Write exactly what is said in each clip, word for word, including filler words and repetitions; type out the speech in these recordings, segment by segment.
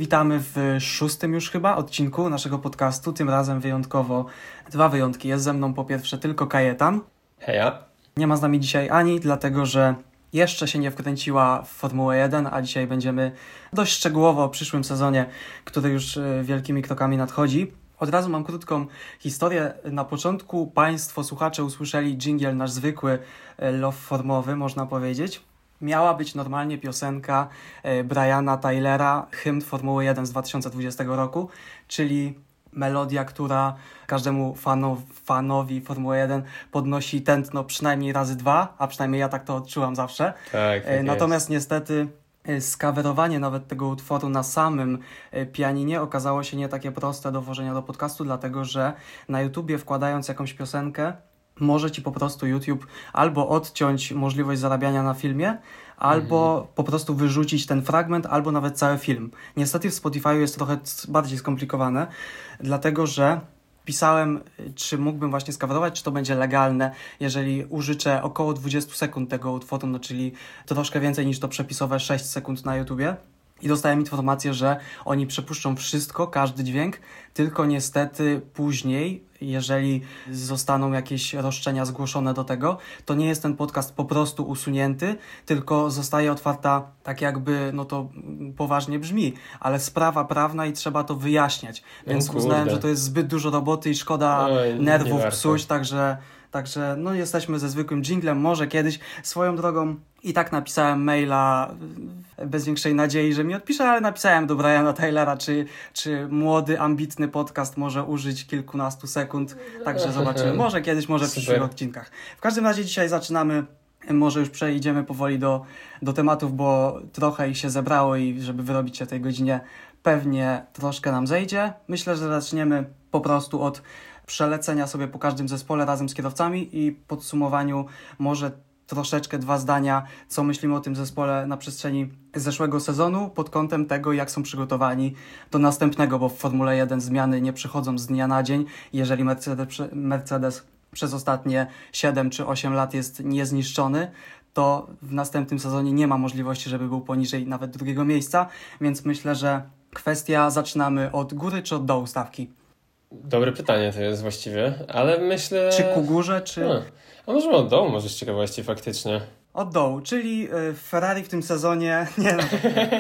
witamy w szóstym już chyba odcinku naszego podcastu, tym razem wyjątkowo dwa wyjątki. Jest ze mną po pierwsze tylko Kajetan. Heja. Nie ma z nami dzisiaj Ani, dlatego że jeszcze się nie wkręciła w Formułę jeden, a dzisiaj będziemy dość szczegółowo o przyszłym sezonie, który już wielkimi krokami nadchodzi. Od razu mam krótką historię. Na początku Państwo, słuchacze, usłyszeli dżingiel nasz zwykły, love formowy, można powiedzieć. Miała być normalnie piosenka Briana Tylera, hymn Formuły jeden z dwa tysiące dwudziestego roku, czyli melodia, która każdemu fanow, fanowi Formuły jeden podnosi tętno przynajmniej razy dwa, a przynajmniej ja tak to odczułam zawsze. Tak, tak Natomiast jest. niestety skawerowanie nawet tego utworu na samym pianinie okazało się nie takie proste do włożenia do podcastu, dlatego że na YouTubie wkładając jakąś piosenkę może Ci po prostu YouTube albo odciąć możliwość zarabiania na filmie, albo mhm. po prostu wyrzucić ten fragment, albo nawet cały film. Niestety w Spotify jest trochę bardziej skomplikowane, dlatego że pisałem, czy mógłbym właśnie skawerować, czy to będzie legalne, jeżeli użyczę około dwadzieścia sekund tego utworu, no czyli troszkę więcej niż to przepisowe sześć sekund na YouTubie. I dostałem informację, że oni przepuszczą wszystko, każdy dźwięk, tylko niestety później, jeżeli zostaną jakieś roszczenia zgłoszone do tego, to nie jest ten podcast po prostu usunięty, tylko zostaje otwarta, tak jakby, no to poważnie brzmi, ale sprawa prawna i trzeba to wyjaśniać. Więc o uznałem, że to jest zbyt dużo roboty i szkoda Oj, nerwów psuć, także... Także no jesteśmy ze zwykłym dżinglem, może kiedyś. Swoją drogą i tak napisałem maila bez większej nadziei, że mi odpisze, ale napisałem do Briana Tylera, czy, czy młody, ambitny podcast może użyć kilkunastu sekund. Także zobaczymy. Może kiedyś, może w przyszłych odcinkach. W każdym razie dzisiaj zaczynamy. Może już przejdziemy powoli do, do tematów, bo trochę ich się zebrało i żeby wyrobić się w tej godzinie pewnie troszkę nam zejdzie. Myślę, że zaczniemy po prostu od przelecenia sobie po każdym zespole razem z kierowcami i podsumowaniu może troszeczkę dwa zdania, co myślimy o tym zespole na przestrzeni zeszłego sezonu pod kątem tego, jak są przygotowani do następnego, bo w Formule jeden zmiany nie przychodzą z dnia na dzień. Jeżeli Mercedes, Mercedes przez ostatnie siedem czy osiem lat jest niezniszczony, to w następnym sezonie nie ma możliwości, żeby był poniżej nawet drugiego miejsca, więc myślę, że kwestia zaczynamy od góry czy od dołu stawki? Dobre pytanie to jest właściwie, ale myślę... Czy ku górze, czy... A, a może od dołu, może z ciekawości faktycznie. Od dołu, czyli Ferrari w tym sezonie... Nie no.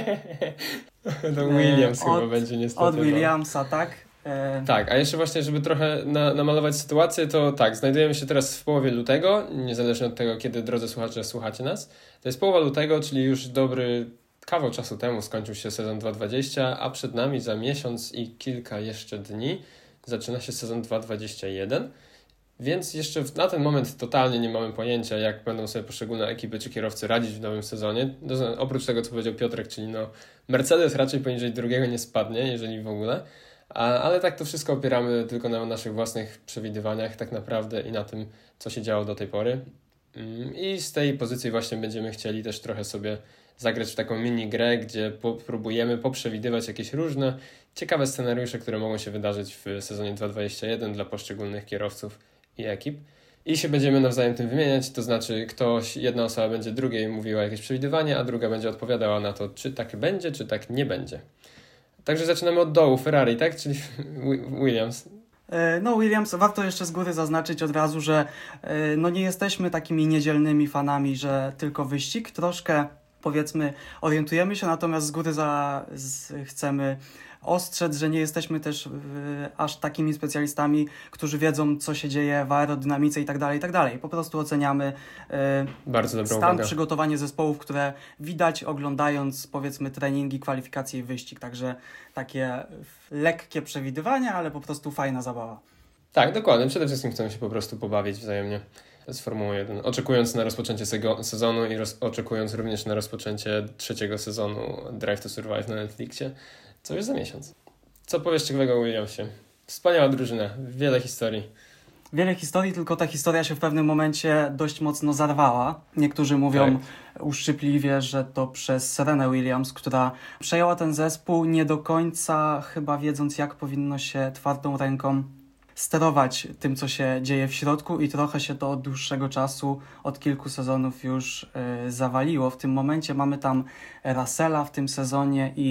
To Williams od, chyba będzie niestety. Od Williamsa, no. tak? E... Tak, a jeszcze właśnie, żeby trochę na, namalować sytuację, to tak, znajdujemy się teraz w połowie lutego, niezależnie od tego, kiedy, drodzy słuchacze, słuchacie nas. To jest połowa lutego, czyli już dobry kawał czasu temu skończył się sezon dwa tysiące dwudziesty, a przed nami za miesiąc i kilka jeszcze dni zaczyna się sezon dwa tysiące dwudziesty jeden, więc jeszcze na ten moment totalnie nie mamy pojęcia, jak będą sobie poszczególne ekipy czy kierowcy radzić w nowym sezonie. No, oprócz tego, co powiedział Piotrek, czyli no Mercedes raczej poniżej drugiego nie spadnie, jeżeli w ogóle, a, ale tak to wszystko opieramy tylko na naszych własnych przewidywaniach tak naprawdę i na tym, co się działo do tej pory. I z tej pozycji właśnie będziemy chcieli też trochę sobie zagrać w taką mini grę, gdzie po, próbujemy poprzewidywać jakieś różne ciekawe scenariusze, które mogą się wydarzyć w sezonie dwa tysiące dwudziestym jeden dla poszczególnych kierowców i ekip. I się będziemy nawzajem tym wymieniać, to znaczy ktoś, jedna osoba będzie drugiej mówiła jakieś przewidywanie, a druga będzie odpowiadała na to, czy tak będzie, czy tak nie będzie. Także zaczynamy od dołu, Ferrari, tak? Czyli Williams. No Williams, warto jeszcze z góry zaznaczyć od razu, że no nie jesteśmy takimi niedzielnymi fanami, że tylko wyścig. Troszkę powiedzmy orientujemy się, natomiast z góry za, z, chcemy ostrzec, że nie jesteśmy też y, aż takimi specjalistami, którzy wiedzą, co się dzieje w aerodynamice i tak dalej, i tak dalej. Po prostu oceniamy y, Bardzo dobra stan uwaga. przygotowania zespołów, które widać oglądając powiedzmy treningi, kwalifikacje i wyścig. Także takie lekkie przewidywania, ale po prostu fajna zabawa. Tak, dokładnie. Przede wszystkim chcemy się po prostu pobawić wzajemnie z Formułą jeden, oczekując na rozpoczęcie sego, sezonu i roz, oczekując również na rozpoczęcie trzeciego sezonu Drive to Survive na Netflixie, co już za miesiąc. Co powiesz ciekawego o Williamsie? Wspaniała drużyna, wiele historii. Wiele historii, tylko ta historia się w pewnym momencie dość mocno zarwała. Niektórzy mówią tak. uszczypliwie, że to przez Serenę Williams, która przejęła ten zespół nie do końca chyba wiedząc, jak powinno się twardą ręką sterować tym, co się dzieje w środku i trochę się to od dłuższego czasu, od kilku sezonów już yy, zawaliło. W tym momencie mamy tam Russella w tym sezonie i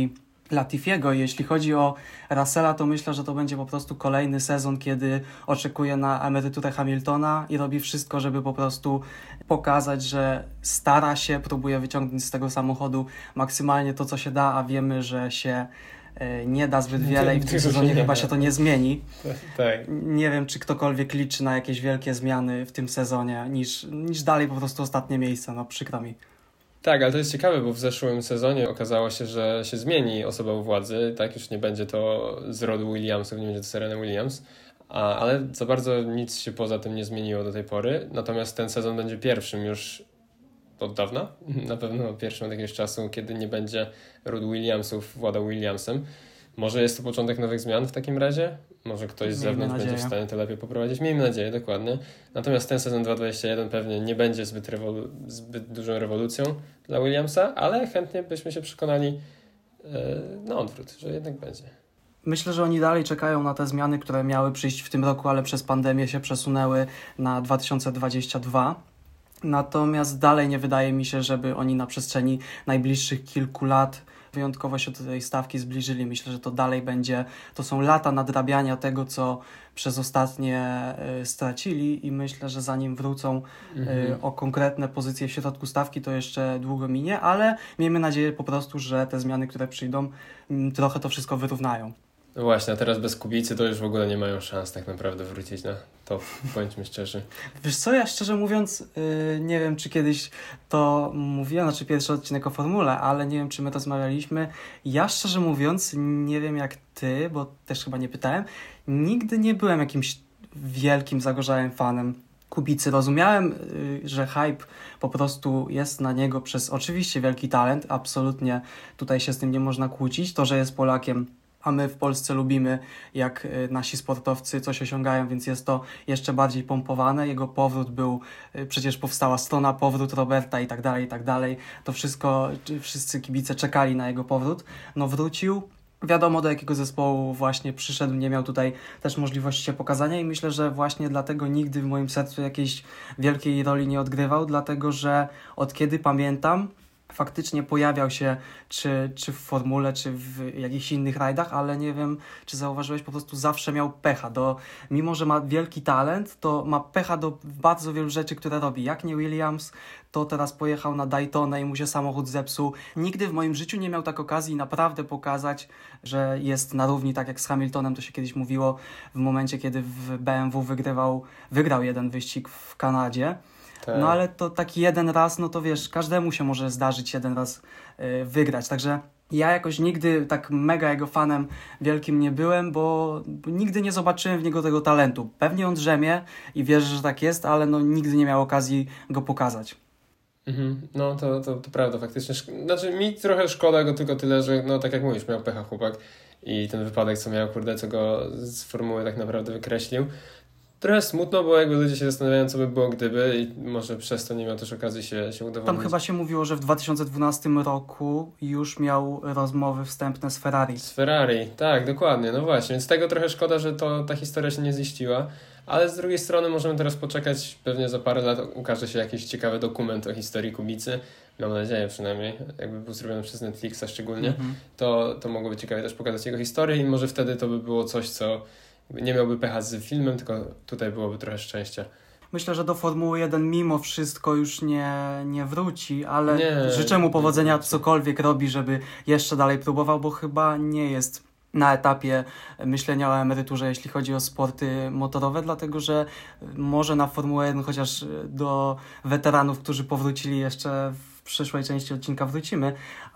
Latifiego. Jeśli chodzi o Russella, to myślę, że to będzie po prostu kolejny sezon, kiedy oczekuje na emeryturę Hamiltona i robi wszystko, żeby po prostu pokazać, że stara się, próbuje wyciągnąć z tego samochodu maksymalnie to, co się da, a wiemy, że się nie da zbyt wiele i w tym sezonie chyba się to nie zmieni. Tak. Nie wiem, czy ktokolwiek liczy na jakieś wielkie zmiany w tym sezonie, niż, niż dalej po prostu ostatnie miejsce. No przykro mi. Tak, ale to jest ciekawe, bo w zeszłym sezonie okazało się, że się zmieni osoba u władzy, tak? Już nie będzie to z rodu Williamsów, nie będzie to Serena Williams, a, ale za bardzo nic się poza tym nie zmieniło do tej pory. Natomiast ten sezon będzie pierwszym już od dawna, na pewno pierwszym od jakiegoś czasu, kiedy nie będzie ród Williamsów władał Williamsem. Może jest to początek nowych zmian w takim razie? Może ktoś z zewnątrz będzie w stanie to lepiej poprowadzić? Miejmy nadzieję, dokładnie. Natomiast ten sezon dwa tysiące dwudziesty pierwszy pewnie nie będzie zbyt, rewolu- zbyt dużą rewolucją dla Williamsa, ale chętnie byśmy się przekonali yy, na odwrót, że jednak będzie. Myślę, że oni dalej czekają na te zmiany, które miały przyjść w tym roku, ale przez pandemię się przesunęły na dwa tysiące dwudziesty drugi. Natomiast dalej nie wydaje mi się, żeby oni na przestrzeni najbliższych kilku lat wyjątkowo się do tej stawki zbliżyli. Myślę, że to dalej będzie, to są lata nadrabiania tego, co przez ostatnie y, stracili i myślę, że zanim wrócą y, mhm. o konkretne pozycje w środku stawki, to jeszcze długo minie, ale miejmy nadzieję po prostu, że te zmiany, które przyjdą, y, trochę to wszystko wyrównają. No właśnie, a teraz bez Kubicy to już w ogóle nie mają szans tak naprawdę wrócić na top, bądźmy szczerzy. Wiesz co, ja szczerze mówiąc yy, nie wiem, czy kiedyś to mówiłem, znaczy pierwszy odcinek o formule, ale nie wiem, czy my rozmawialiśmy. Ja szczerze mówiąc nie wiem jak ty, bo też chyba nie pytałem, nigdy nie byłem jakimś wielkim, zagorzałym fanem Kubicy. Rozumiałem, yy, że hype po prostu jest na niego przez oczywiście wielki talent, absolutnie tutaj się z tym nie można kłócić. To, że jest Polakiem, a my w Polsce lubimy, jak nasi sportowcy coś osiągają, więc jest to jeszcze bardziej pompowane. Jego powrót był, przecież powstała strona Powrót Roberta i tak dalej, i tak dalej. To wszystko, wszyscy kibice czekali na jego powrót. No wrócił, wiadomo do jakiego zespołu właśnie przyszedł, nie miał tutaj też możliwości się pokazania i myślę, że właśnie dlatego nigdy w moim sercu jakiejś wielkiej roli nie odgrywał, dlatego że od kiedy pamiętam, faktycznie pojawiał się czy, czy w formule, czy w jakichś innych rajdach, ale nie wiem, czy zauważyłeś, po prostu zawsze miał pecha. Do, mimo, że ma wielki talent, to ma pecha do bardzo wielu rzeczy, które robi. Jak nie Williams, to teraz pojechał na Daytona i mu się samochód zepsuł. Nigdy w moim życiu nie miał tak okazji naprawdę pokazać, że jest na równi, tak jak z Hamiltonem, to się kiedyś mówiło, w momencie, kiedy w B M W wygrywał, wygrał jeden wyścig w Kanadzie. Tak. No ale to taki jeden raz, no to wiesz, każdemu się może zdarzyć jeden raz yy, wygrać, także ja jakoś nigdy tak mega jego fanem wielkim nie byłem, bo, bo nigdy nie zobaczyłem w niego tego talentu. Pewnie on drzemie i wierzę, że tak jest, ale no nigdy nie miał okazji go pokazać. Mhm. No to, to, to prawda, faktycznie. Znaczy mi trochę szkoda go tylko tyle, że no tak jak mówisz, miał pecha chłopak i ten wypadek, co miał, kurde, co go z formuły tak naprawdę wykreślił. Trochę smutno, bo jakby ludzie się zastanawiają, co by było gdyby i może przez to nie miał też okazji się, się udowodnić. Tam chyba się mówiło, że w dwa tysiące dwunastym roku już miał rozmowy wstępne z Ferrari. Z Ferrari, tak, dokładnie, no właśnie, więc tego trochę szkoda, że to ta historia się nie ziściła, ale z drugiej strony możemy teraz poczekać, pewnie za parę lat ukaże się jakiś ciekawy dokument o historii Kubicy, mam nadzieję przynajmniej, jakby był zrobiony przez Netflixa szczególnie, mm-hmm. to, to mogłoby ciekawie też pokazać jego historię i może wtedy to by było coś, co nie miałby pecha z filmem, tylko tutaj byłoby trochę szczęścia. Myślę, że do Formuły jeden mimo wszystko już nie, nie wróci, ale nie, życzę mu powodzenia, cokolwiek robi, żeby jeszcze dalej próbował, bo chyba nie jest na etapie myślenia o emeryturze, jeśli chodzi o sporty motorowe, dlatego że może na Formułę jeden, chociaż do weteranów, którzy powrócili jeszcze w przyszłej części odcinka wrócimy,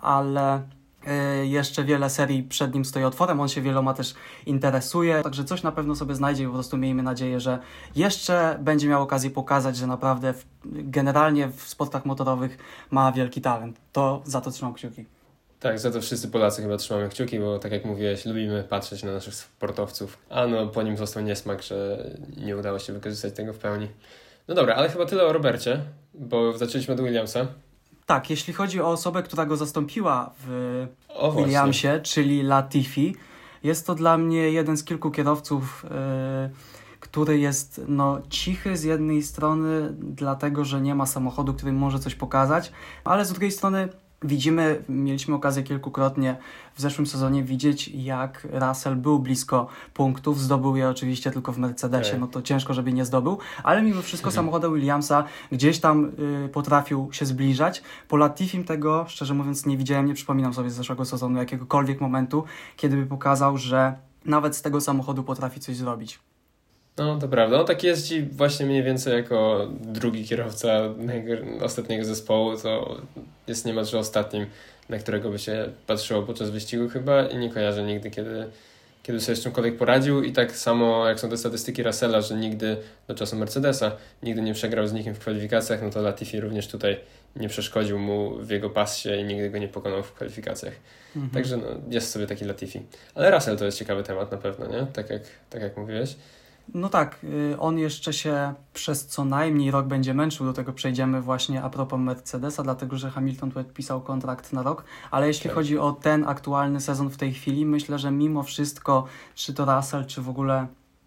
ale jeszcze wiele serii przed nim stoi otworem, on się wieloma też interesuje, także coś na pewno sobie znajdzie i po prostu miejmy nadzieję, że jeszcze będzie miał okazję pokazać, że naprawdę w, generalnie w sportach motorowych ma wielki talent. To za to trzymam kciuki. Tak, za to wszyscy Polacy chyba trzymamy kciuki, bo tak jak mówiłeś, lubimy patrzeć na naszych sportowców, a no po nim został niesmak, że nie udało się wykorzystać tego w pełni. No dobra, ale chyba tyle o Robercie, bo zaczęliśmy od Williamsa. Tak, jeśli chodzi o osobę, która go zastąpiła w o, Williamsie, właśnie. Czyli Latifi, jest to dla mnie jeden z kilku kierowców, yy, który jest no, cichy z jednej strony, dlatego że nie ma samochodu, który może coś pokazać, ale z drugiej strony Widzimy, mieliśmy okazję kilkukrotnie w zeszłym sezonie widzieć, jak Russell był blisko punktów, zdobył je oczywiście tylko w Mercedesie, no to ciężko, żeby nie zdobył, ale mimo wszystko mhm. samochodem Williamsa gdzieś tam y, potrafił się zbliżać. Po Latifim tego, szczerze mówiąc, nie widziałem, nie przypominam sobie z zeszłego sezonu jakiegokolwiek momentu, kiedy by pokazał, że nawet z tego samochodu potrafi coś zrobić. No, to prawda. On tak jeździ właśnie mniej więcej jako drugi kierowca ostatniego zespołu, to jest niemalże ostatnim, na którego by się patrzyło podczas wyścigu chyba i nie kojarzę nigdy, kiedy, kiedy sobie z czymkolwiek poradził i tak samo jak są te statystyki Russella, że nigdy do czasu Mercedesa nigdy nie przegrał z nikim w kwalifikacjach, no to Latifi również tutaj nie przeszkodził mu w jego passie i nigdy go nie pokonał w kwalifikacjach. Mhm. Także no, jest sobie taki Latifi. Ale Russell to jest ciekawy temat na pewno, nie? Tak jak, tak jak mówiłeś. No tak, on jeszcze się przez co najmniej rok będzie męczył, do tego przejdziemy właśnie a propos Mercedesa, dlatego że Hamilton podpisał kontrakt na rok, ale jeśli tak. chodzi o ten aktualny sezon w tej chwili, myślę, że mimo wszystko, czy to Russell, czy w ogóle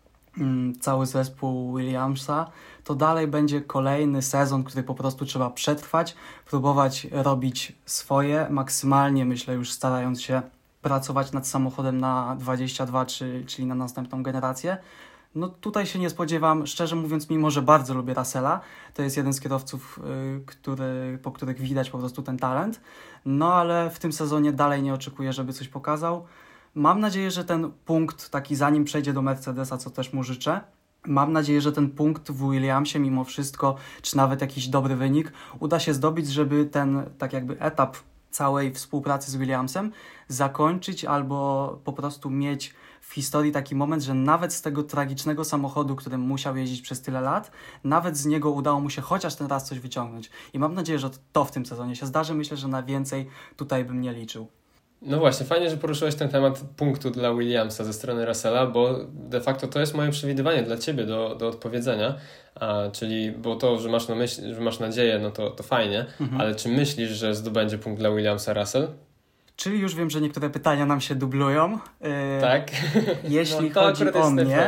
mm, cały zespół Williamsa, to dalej będzie kolejny sezon, który po prostu trzeba przetrwać, próbować robić swoje, maksymalnie myślę już starając się pracować nad samochodem na dwadzieścia dwa, czy, czyli na następną generację. No tutaj się nie spodziewam, szczerze mówiąc, mimo że bardzo lubię Russella, to jest jeden z kierowców, yy, który, po których widać po prostu ten talent, no ale w tym sezonie dalej nie oczekuję, żeby coś pokazał. Mam nadzieję, że ten punkt, taki zanim przejdzie do Mercedesa, co też mu życzę, mam nadzieję, że ten punkt w Williamsie mimo wszystko, czy nawet jakiś dobry wynik, uda się zdobyć, żeby ten tak jakby etap całej współpracy z Williamsem zakończyć albo po prostu mieć w historii taki moment, że nawet z tego tragicznego samochodu, którym musiał jeździć przez tyle lat, nawet z niego udało mu się chociaż ten raz coś wyciągnąć. I mam nadzieję, że to w tym sezonie się zdarzy. Myślę, że na więcej tutaj bym nie liczył. No właśnie, fajnie, że poruszyłeś ten temat punktu dla Williamsa ze strony Russella, bo de facto to jest moje przewidywanie dla Ciebie do, do odpowiedzenia, a, czyli bo to, że masz, na myśl, że masz nadzieję, no to, to fajnie, mhm. ale czy myślisz, że zdobędzie punkt dla Williamsa Russell? Czyli już wiem, że niektóre pytania nam się dublują. Yy, tak. Jeśli no, chodzi o mnie...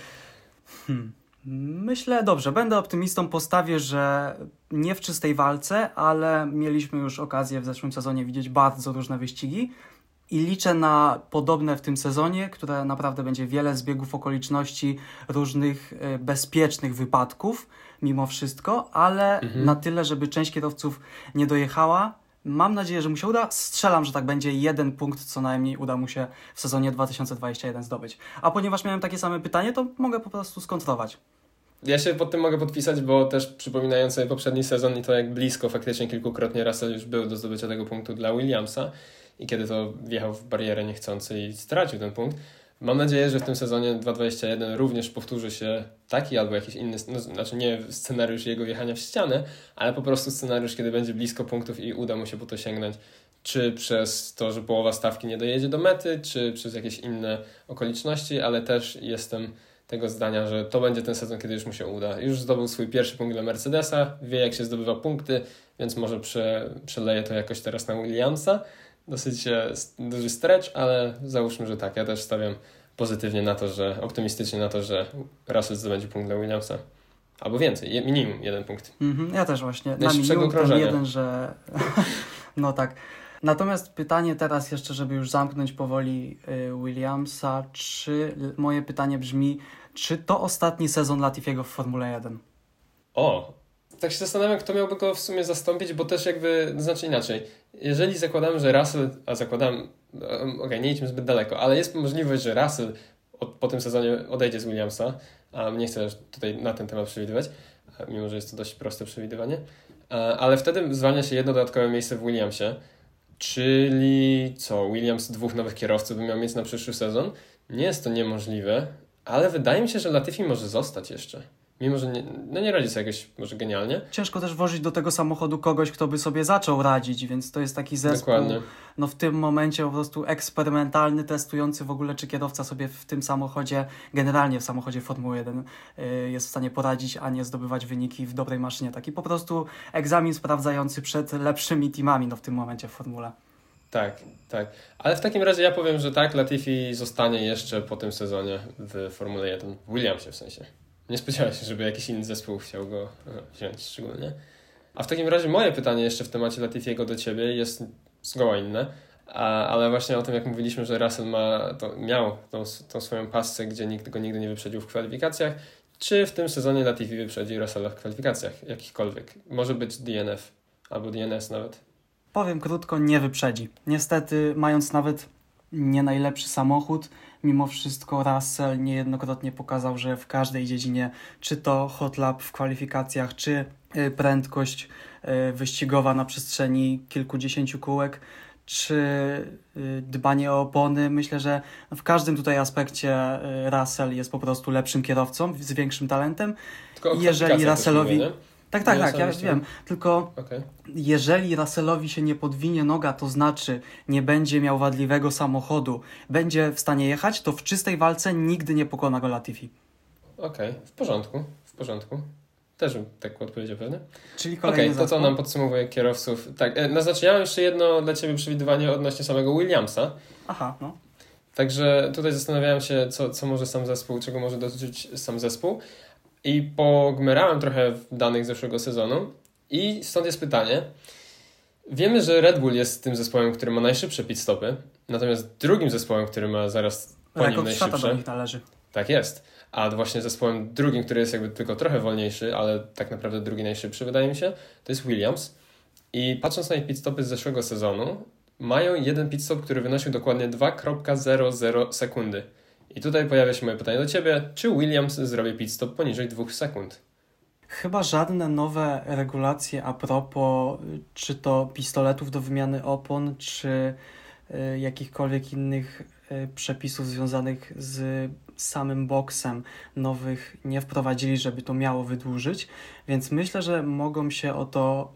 Hmm, myślę, dobrze, będę optymistą, postawię, że nie w czystej walce, ale mieliśmy już okazję w zeszłym sezonie widzieć bardzo różne wyścigi i liczę na podobne w tym sezonie, które naprawdę będzie wiele zbiegów okoliczności, różnych yy, bezpiecznych wypadków mimo wszystko, ale mhm. na tyle, żeby część kierowców nie dojechała. Mam nadzieję, że mu się uda. Strzelam, że tak będzie. Jeden punkt co najmniej uda mu się w sezonie dwa tysiące dwudziestym pierwszym zdobyć. A ponieważ miałem takie same pytanie, to mogę po prostu skontrować. Ja się pod tym mogę podpisać, bo też przypominając sobie poprzedni sezon i to jak blisko faktycznie kilkukrotnie Russell już był do zdobycia tego punktu dla Williamsa i kiedy to wjechał w barierę niechcący i stracił ten punkt. Mam nadzieję, że w tym sezonie dwa tysiące dwudziestym pierwszym również powtórzy się taki albo jakiś inny, no, znaczy nie scenariusz jego jechania w ścianę, ale po prostu scenariusz, kiedy będzie blisko punktów i uda mu się po to sięgnąć, czy przez to, że połowa stawki nie dojedzie do mety, czy przez jakieś inne okoliczności, ale też jestem tego zdania, że to będzie ten sezon, kiedy już mu się uda. Już zdobył swój pierwszy punkt dla Mercedesa, wie jak się zdobywa punkty, więc może prze, przeleje to jakoś teraz na Williamsa. Dosyć duży stretch, ale załóżmy, że tak. Ja też stawiam pozytywnie na to, że optymistycznie na to, że Russell zdobędzie punkt dla Williamsa. Albo więcej, minimum jeden punkt. Mm-hmm, ja też właśnie. Na minimum ten jeden, że... no tak. Natomiast pytanie teraz jeszcze, żeby już zamknąć powoli y, Williamsa, czy moje pytanie brzmi, czy to ostatni sezon Latifiego w Formule jeden? O, tak się zastanawiam, kto miałby go w sumie zastąpić, bo też jakby, znaczy inaczej, jeżeli zakładamy, że Russell, a zakładam, okej, okay, nie idźmy zbyt daleko, ale jest możliwość, że Russell od, po tym sezonie odejdzie z Williamsa, a nie chcę tutaj na ten temat przewidywać, mimo że jest to dość proste przewidywanie, ale wtedy zwalnia się jedno dodatkowe miejsce w Williamsie, czyli co, Williams dwóch nowych kierowców by miał mieć na przyszły sezon. Nie jest to niemożliwe, ale wydaje mi się, że Latifi może zostać jeszcze. Mimo, że nie, no nie radzi sobie jakoś może genialnie. Ciężko też włożyć do tego samochodu kogoś, kto by sobie zaczął radzić, więc to jest taki zespół, Dokładnie. no w tym momencie po prostu eksperymentalny, testujący w ogóle, czy kierowca sobie w tym samochodzie, generalnie w samochodzie Formuły jeden yy, jest w stanie poradzić, a nie zdobywać wyniki w dobrej maszynie. Taki po prostu egzamin sprawdzający przed lepszymi teamami no w tym momencie w Formule. Tak, tak. Ale w takim razie ja powiem, że tak, Latifi zostanie jeszcze po tym sezonie w Formule jeden, w Williamsie w sensie. Nie spodziewałem się, żeby jakiś inny zespół chciał go wziąć szczególnie. A w takim razie moje pytanie jeszcze w temacie Latifiego do ciebie jest zgoła inne, a, ale właśnie o tym, jak mówiliśmy, że Russell ma to, miał tą, tą swoją pasce, gdzie nikt go nigdy nie wyprzedził w kwalifikacjach. Czy w tym sezonie Latifi wyprzedzi Russella w kwalifikacjach jakichkolwiek? Może być D N F albo D N S nawet. Powiem krótko, nie wyprzedzi. Niestety, mając nawet nie najlepszy samochód, mimo wszystko Russell niejednokrotnie pokazał, że w każdej dziedzinie, czy to hot lap w kwalifikacjach, czy prędkość wyścigowa na przestrzeni kilkudziesięciu kółek, czy dbanie o opony. Myślę, że w każdym tutaj aspekcie Russell jest po prostu lepszym kierowcą, z większym talentem. Tylko I jeżeli Russellowi... Mówię, tak, tak, tak, ja wiem. Tylko okay. jeżeli Russellowi się nie podwinie noga, to znaczy nie będzie miał wadliwego samochodu, będzie w stanie jechać, to w czystej walce nigdy nie pokona go Latifi. Okej, okay. w porządku, w porządku. Też bym tak odpowiedział pewnie. Czyli kolejny Okej, okay, to to nam podsumowuje kierowców. Tak, e, znaczy ja mam jeszcze jedno dla Ciebie przewidywanie odnośnie samego Williamsa. Aha, no. Także tutaj zastanawiałem się, co, co może sam zespół, czego może dotyczyć sam zespół. I pogmerałem trochę danych zeszłego sezonu i stąd jest pytanie. Wiemy, że Red Bull jest tym zespołem, który ma najszybsze pit stopy, natomiast drugim zespołem, który ma zaraz po nim Rekord najszybsze... świata do nich należy. Tak jest. A właśnie zespołem drugim, który jest jakby tylko trochę wolniejszy, ale tak naprawdę drugi najszybszy, wydaje mi się, to jest Williams. I patrząc na ich pit stopy z zeszłego sezonu, mają jeden pit stop, który wynosił dokładnie dwa przecinek zero zero sekundy. I tutaj pojawia się moje pytanie do Ciebie. Czy Williams zrobi pit stop poniżej dwóch sekund? Chyba żadne nowe regulacje a propos czy to pistoletów do wymiany opon, czy y, jakichkolwiek innych y, przepisów związanych z samym boksem nowych nie wprowadzili, żeby to miało wydłużyć, więc myślę, że mogą się o to,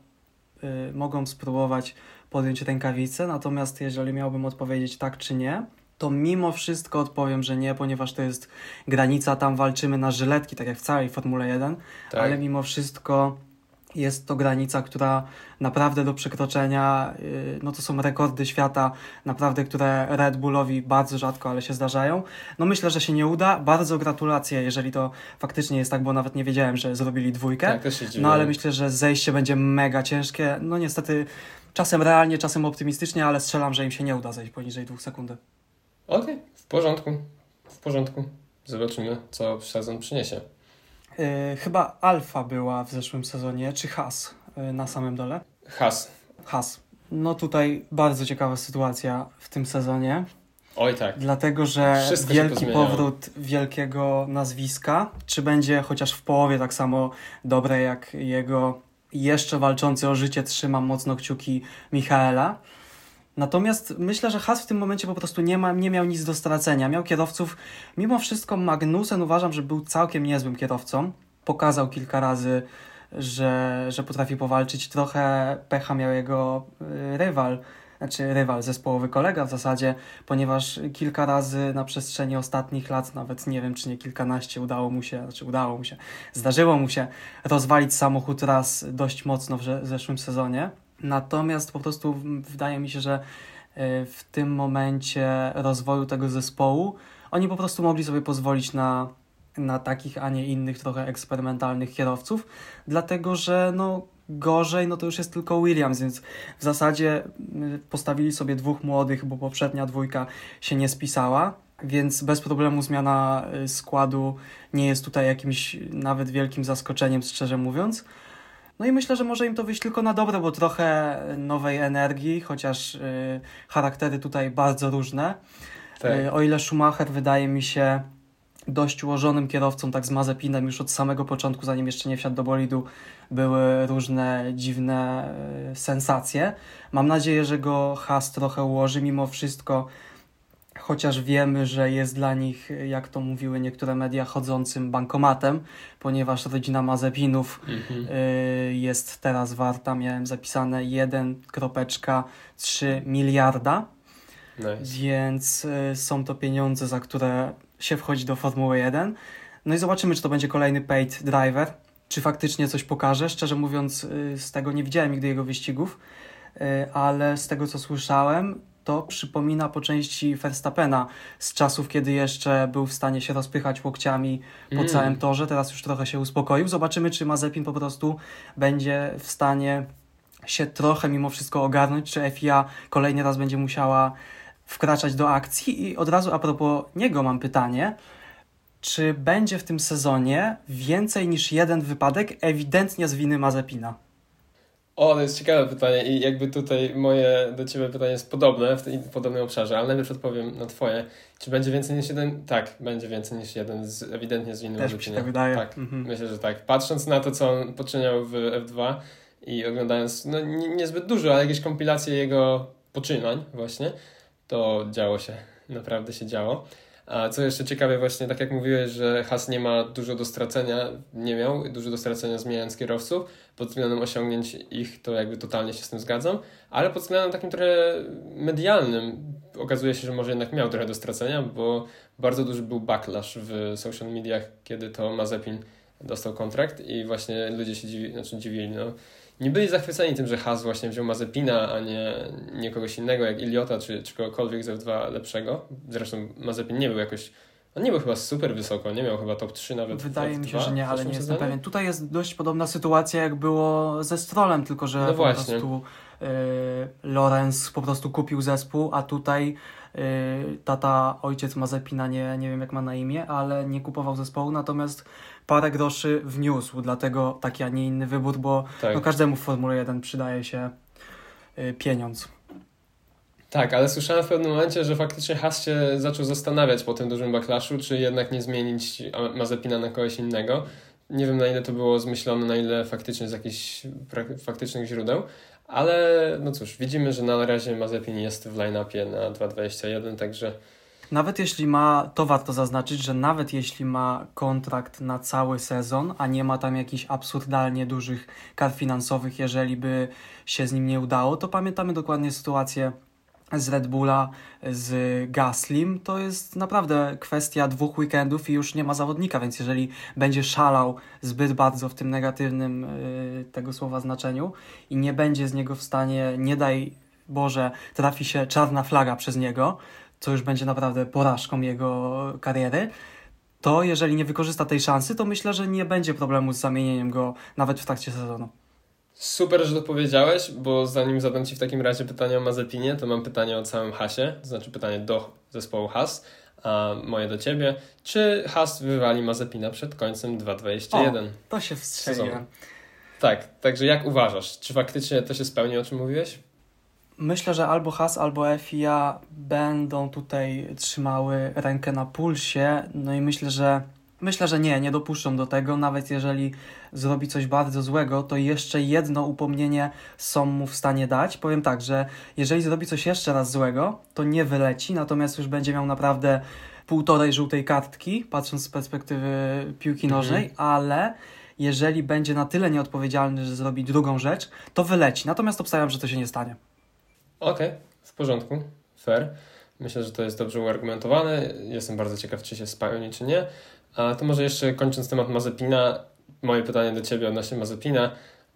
y, mogą spróbować podjąć rękawice, natomiast jeżeli miałbym odpowiedzieć tak czy nie, to mimo wszystko odpowiem, że nie, ponieważ to jest granica, tam walczymy na żyletki, tak jak w całej Formule jeden, tak. Ale mimo wszystko jest to granica, która naprawdę do przekroczenia, no to są rekordy świata, naprawdę, które Red Bullowi bardzo rzadko, ale się zdarzają. No myślę, że się nie uda. Bardzo gratulacje, jeżeli to faktycznie jest tak, bo nawet nie wiedziałem, że zrobili dwójkę. Tak, też się dziwię. No ale myślę, że zejście będzie mega ciężkie. No niestety czasem realnie, czasem optymistycznie, ale strzelam, że im się nie uda zejść poniżej dwóch sekund. Okej, okay, w porządku, w porządku. Zobaczymy, co sezon przyniesie. Yy, chyba Alfa była w zeszłym sezonie, czy Haas yy, na samym dole? Haas. Haas. No tutaj bardzo ciekawa sytuacja w tym sezonie. Oj tak. Dlatego, że Wszystko wielki powrót wielkiego nazwiska, czy będzie chociaż w połowie tak samo dobre jak jego jeszcze walczący o życie, trzymam mocno kciuki Michaela. Natomiast myślę, że Haas w tym momencie po prostu nie, ma, nie miał nic do stracenia. Miał kierowców, mimo wszystko Magnussen uważam, że był całkiem niezłym kierowcą. Pokazał kilka razy, że, że potrafi powalczyć. Trochę pecha miał jego rywal, znaczy rywal, zespołowy kolega w zasadzie, ponieważ kilka razy na przestrzeni ostatnich lat, nawet nie wiem czy nie kilkanaście, udało mu się, znaczy udało mu się, zdarzyło mu się rozwalić samochód raz dość mocno w zeszłym sezonie. Natomiast po prostu wydaje mi się, że w tym momencie rozwoju tego zespołu oni po prostu mogli sobie pozwolić na, na takich, a nie innych trochę eksperymentalnych kierowców, dlatego że no gorzej, no to już jest tylko Williams, więc w zasadzie postawili sobie dwóch młodych, bo poprzednia dwójka się nie spisała, więc bez problemu zmiana składu nie jest tutaj jakimś nawet wielkim zaskoczeniem, szczerze mówiąc. No i myślę, że może im to wyjść tylko na dobre, bo trochę nowej energii, chociaż y, charaktery tutaj bardzo różne. Tak. Y, o ile Schumacher wydaje mi się dość ułożonym kierowcą, tak z Mazepinem już od samego początku, zanim jeszcze nie wsiadł do bolidu, były różne dziwne y, sensacje. Mam nadzieję, że go Haas trochę ułoży mimo wszystko, chociaż wiemy, że jest dla nich, jak to mówiły niektóre media, chodzącym bankomatem, ponieważ rodzina Mazepinów mm-hmm. y, jest teraz warta, miałem zapisane jeden przecinek trzy miliarda, nice. Więc y, są to pieniądze, za które się wchodzi do Formuły jeden. No i zobaczymy, czy to będzie kolejny paid driver, czy faktycznie coś pokaże. Szczerze mówiąc, y, z tego nie widziałem nigdy jego wyścigów, y, ale z tego, co słyszałem, to przypomina po części Verstappena z czasów, kiedy jeszcze był w stanie się rozpychać łokciami po mm. całym torze. Teraz już trochę się uspokoił. Zobaczymy, czy Mazepin po prostu będzie w stanie się trochę mimo wszystko ogarnąć, czy F I A kolejny raz będzie musiała wkraczać do akcji. I od razu a propos niego mam pytanie, czy będzie w tym sezonie więcej niż jeden wypadek ewidentnie z winy Mazepina? O, to jest ciekawe pytanie i jakby tutaj moje do Ciebie pytanie jest podobne, w, tym, w podobnym obszarze, ale najpierw odpowiem na Twoje. Czy będzie więcej niż jeden? Tak, będzie więcej niż jeden, z, ewidentnie z winy Mazepina. Też mi się tak wydaje. Tak, mhm. Myślę, że tak. Patrząc na to, co on poczyniał w F dwa i oglądając, no nie, niezbyt dużo, ale jakieś kompilacje jego poczynań właśnie, to działo się, naprawdę się działo. A co jeszcze ciekawe właśnie, tak jak mówiłeś, że Haas nie ma dużo do stracenia, nie miał dużo do stracenia zmieniając kierowców, pod względem osiągnięć ich to jakby totalnie się z tym zgadzam, ale pod względem takim trochę medialnym okazuje się, że może jednak miał trochę do stracenia, bo bardzo duży był backlash w social mediach, kiedy to Mazepin dostał kontrakt i właśnie ludzie się dziwi, znaczy dziwili, no. Nie byli zachwyceni tym, że Haas właśnie wziął Mazepina, a nie, nie kogoś innego jak Iliota czy, czy kogokolwiek z F dwa lepszego. Zresztą Mazepin nie był jakoś, on nie był chyba super wysoko, nie miał chyba top trzy nawet. Wydaje mi się, że nie, ale nie jestem pewien. Tutaj jest dość podobna sytuacja jak było ze Strollem, tylko że no po właśnie. prostu y, Lorenz po prostu kupił zespół, a tutaj y, tata, ojciec Mazepina, nie, nie wiem jak ma na imię, ale nie kupował zespołu, natomiast parę groszy wniósł, dlatego taki, a nie inny wybór, bo tak. no, każdemu w Formule jeden przydaje się y, pieniądz. Tak, ale słyszałem w pewnym momencie, że faktycznie Haas się zaczął zastanawiać po tym dużym backlashu, czy jednak nie zmienić Mazepina na kogoś innego. Nie wiem, na ile to było zmyślone, na ile faktycznie z jakichś faktycznych źródeł, ale no cóż, widzimy, że na razie Mazepin jest w line-upie na dwa tysiące dwudziesty jeden, także... Nawet jeśli ma, to warto zaznaczyć, że nawet jeśli ma kontrakt na cały sezon, a nie ma tam jakichś absurdalnie dużych kar finansowych, jeżeli by się z nim nie udało, to pamiętamy dokładnie sytuację z Red Bulla, z Gaslim. To jest naprawdę kwestia dwóch weekendów i już nie ma zawodnika, więc jeżeli będzie szalał zbyt bardzo w tym negatywnym yy, tego słowa znaczeniu i nie będzie z niego w stanie, nie daj Boże, trafi się czarna flaga przez niego, co już będzie naprawdę porażką jego kariery, to jeżeli nie wykorzysta tej szansy, to myślę, że nie będzie problemu z zamienieniem go nawet w trakcie sezonu. Super, że to powiedziałeś, bo zanim zadam Ci w takim razie pytanie o Mazepinie, to mam pytanie o całym Haasie, to znaczy pytanie do zespołu Haas, a moje do Ciebie. Czy Haas wywali Mazepina przed końcem dwa tysiące dwudziesty jeden? O, to się wstrzeliłem. Tak, także jak uważasz? Czy faktycznie to się spełni, o czym mówiłeś? Myślę, że albo Haas, albo F I A będą tutaj trzymały rękę na pulsie, no i myślę, że myślę, że nie, nie dopuszczą do tego, nawet jeżeli zrobi coś bardzo złego, to jeszcze jedno upomnienie są mu w stanie dać. Powiem tak, że jeżeli zrobi coś jeszcze raz złego, to nie wyleci, natomiast już będzie miał naprawdę półtorej żółtej kartki, patrząc z perspektywy piłki nożnej, mhm. ale jeżeli będzie na tyle nieodpowiedzialny, że zrobi drugą rzecz, to wyleci. Natomiast obstawiam, że to się nie stanie. Okej, okay, w porządku, fair. Myślę, że to jest dobrze uargumentowane. Jestem bardzo ciekaw, czy się spełni, czy nie. A to może jeszcze kończąc temat Mazepina, moje pytanie do Ciebie odnośnie Mazepina.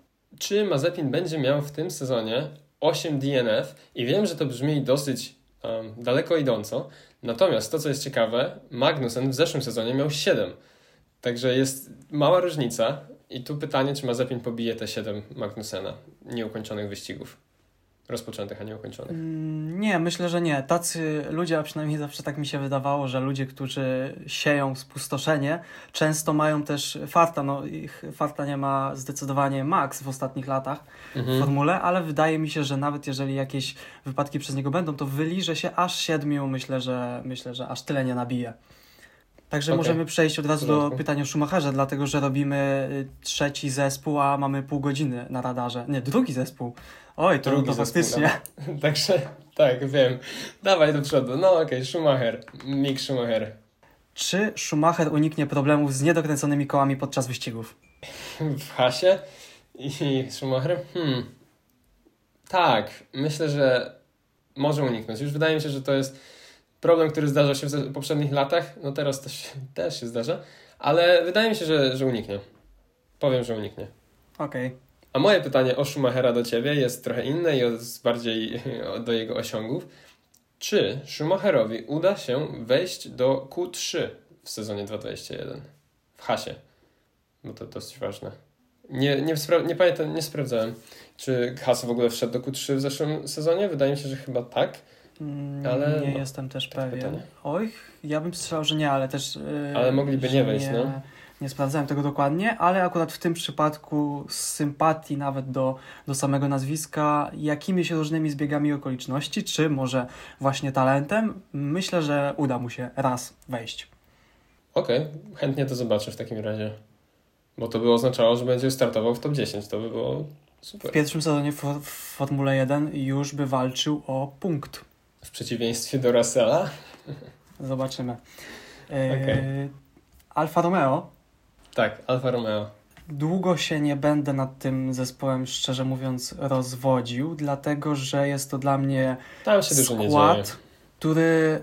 Czy Mazepin będzie miał w tym sezonie osiem D N F? I wiem, że to brzmi dosyć um, daleko idąco, natomiast to, co jest ciekawe, Magnussen w zeszłym sezonie miał siedem. Także jest mała różnica i tu pytanie, czy Mazepin pobije te siedem Magnussena nieukończonych wyścigów. Rozpoczętych, a nie ukończonych. Mm, nie, myślę, że nie. Tacy ludzie, a przynajmniej zawsze tak mi się wydawało, że ludzie, którzy sieją spustoszenie, często mają też farta. No, ich farta nie ma zdecydowanie Max w ostatnich latach mhm. w formule, ale wydaje mi się, że nawet jeżeli jakieś wypadki przez niego będą, to wyliże się aż siedmiu. Myślę, że myślę, że aż tyle nie nabije. Także okay. możemy przejść od razu do pytania o Schumacherze, dlatego że robimy trzeci zespół, a mamy pół godziny na radarze. Nie, drugi zespół. Oj, to, to faktycznie. No. Także, tak, wiem. Dawaj do przodu. No okej, okay. Schumacher. Mick Schumacher. Czy Schumacher uniknie problemów z niedokręconymi kołami podczas wyścigów? W Haasie? I Schumacher? Hmm. Tak, myślę, że może uniknąć. Już wydaje mi się, że to jest problem, który zdarza się w poprzednich latach. No teraz też, też się zdarza. Ale wydaje mi się, że, że uniknie. Powiem, że uniknie. Okej. Okay. A moje pytanie o Schumachera do Ciebie jest trochę inne i jest bardziej do jego osiągów. Czy Schumacherowi uda się wejść do Q trzy w sezonie dwa tysiące dwudziestym pierwszym? W hasie. Bo to dosyć ważne. Nie, nie, spra- nie pamiętam, nie sprawdzałem, czy Haas w ogóle wszedł do Q trzy w zeszłym sezonie. Wydaje mi się, że chyba tak. Ale nie no, jestem też pewien. Pytanie. Oj, ja bym strzelał, że nie, ale też... Yy, ale mogliby nie wejść, nie, no. Nie sprawdzałem tego dokładnie, ale akurat w tym przypadku z sympatii nawet do, do samego nazwiska, jakimiś różnymi zbiegami okoliczności, czy może właśnie talentem, myślę, że uda mu się raz wejść. Okej, okay. Chętnie to zobaczę w takim razie. Bo to by oznaczało, że będzie startował w top dziesięć. To by było super. W pierwszym sezonie w, w Formule jeden już by walczył o punkt. W przeciwieństwie do Russella? Zobaczymy. Yy, okay. Alfa Romeo. Tak, Alfa Romeo. Długo się nie będę nad tym zespołem, szczerze mówiąc, rozwodził, dlatego że jest to dla mnie Tam się dużo nie skład, dzieje. który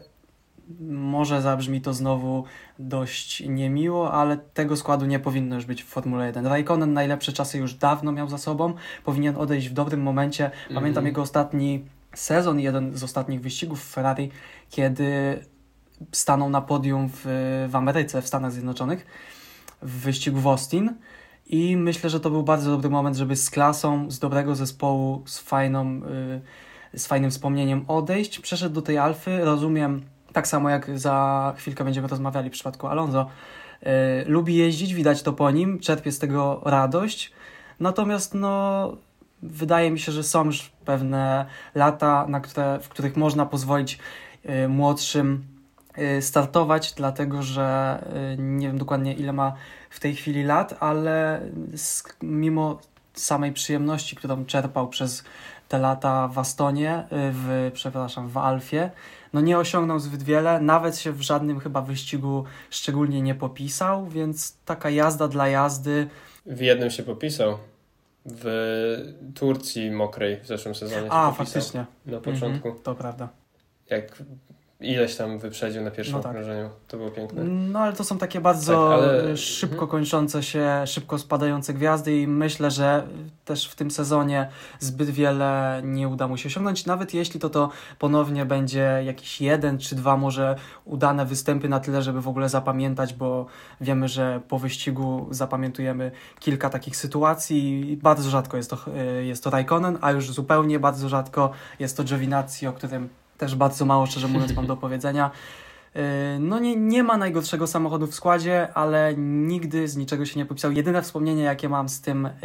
może zabrzmi to znowu dość niemiło, ale tego składu nie powinno już być w Formule jeden. Raikkonen najlepsze czasy już dawno miał za sobą, powinien odejść w dobrym momencie. Pamiętam mm-hmm. jego ostatni sezon, jeden z ostatnich wyścigów w Ferrari, kiedy stanął na podium w, w Ameryce, w Stanach Zjednoczonych, w wyścigu w Austin i myślę, że to był bardzo dobry moment, żeby z klasą, z dobrego zespołu, z fajną, yy, z fajnym wspomnieniem odejść. Przeszedł do tej Alfy, rozumiem, tak samo jak za chwilkę będziemy rozmawiali w przypadku Alonso. Yy, lubi jeździć, widać to po nim, czerpie z tego radość, natomiast no wydaje mi się, że są już pewne lata, na które, w których można pozwolić yy, młodszym startować, dlatego że nie wiem dokładnie ile ma w tej chwili lat, ale mimo samej przyjemności, którą czerpał przez te lata w Astonie, w, przepraszam, w Alfie, no nie osiągnął zbyt wiele, nawet się w żadnym chyba wyścigu szczególnie nie popisał, więc taka jazda dla jazdy. W jednym się popisał. W Turcji mokrej w zeszłym sezonie się A, popisał. faktycznie. Na początku. Mhm, to prawda. Jak ileś tam wyprzedził na pierwszym no tak. okrążeniu. To było piękne. No ale to są takie bardzo tak, ale... szybko kończące się, szybko spadające gwiazdy i myślę, że też w tym sezonie zbyt wiele nie uda mu się osiągnąć. Nawet jeśli to to ponownie będzie jakiś jeden czy dwa może udane występy na tyle, żeby w ogóle zapamiętać, bo wiemy, że po wyścigu zapamiętujemy kilka takich sytuacji. Bardzo rzadko jest to, jest to Raikkonen, a już zupełnie bardzo rzadko jest to Giovinazzi, o którym też bardzo mało, szczerze mówiąc, mam do powiedzenia. No nie, nie ma najgorszego samochodu w składzie, ale nigdy z niczego się nie popisał. Jedyne wspomnienie, jakie mam z tym yy,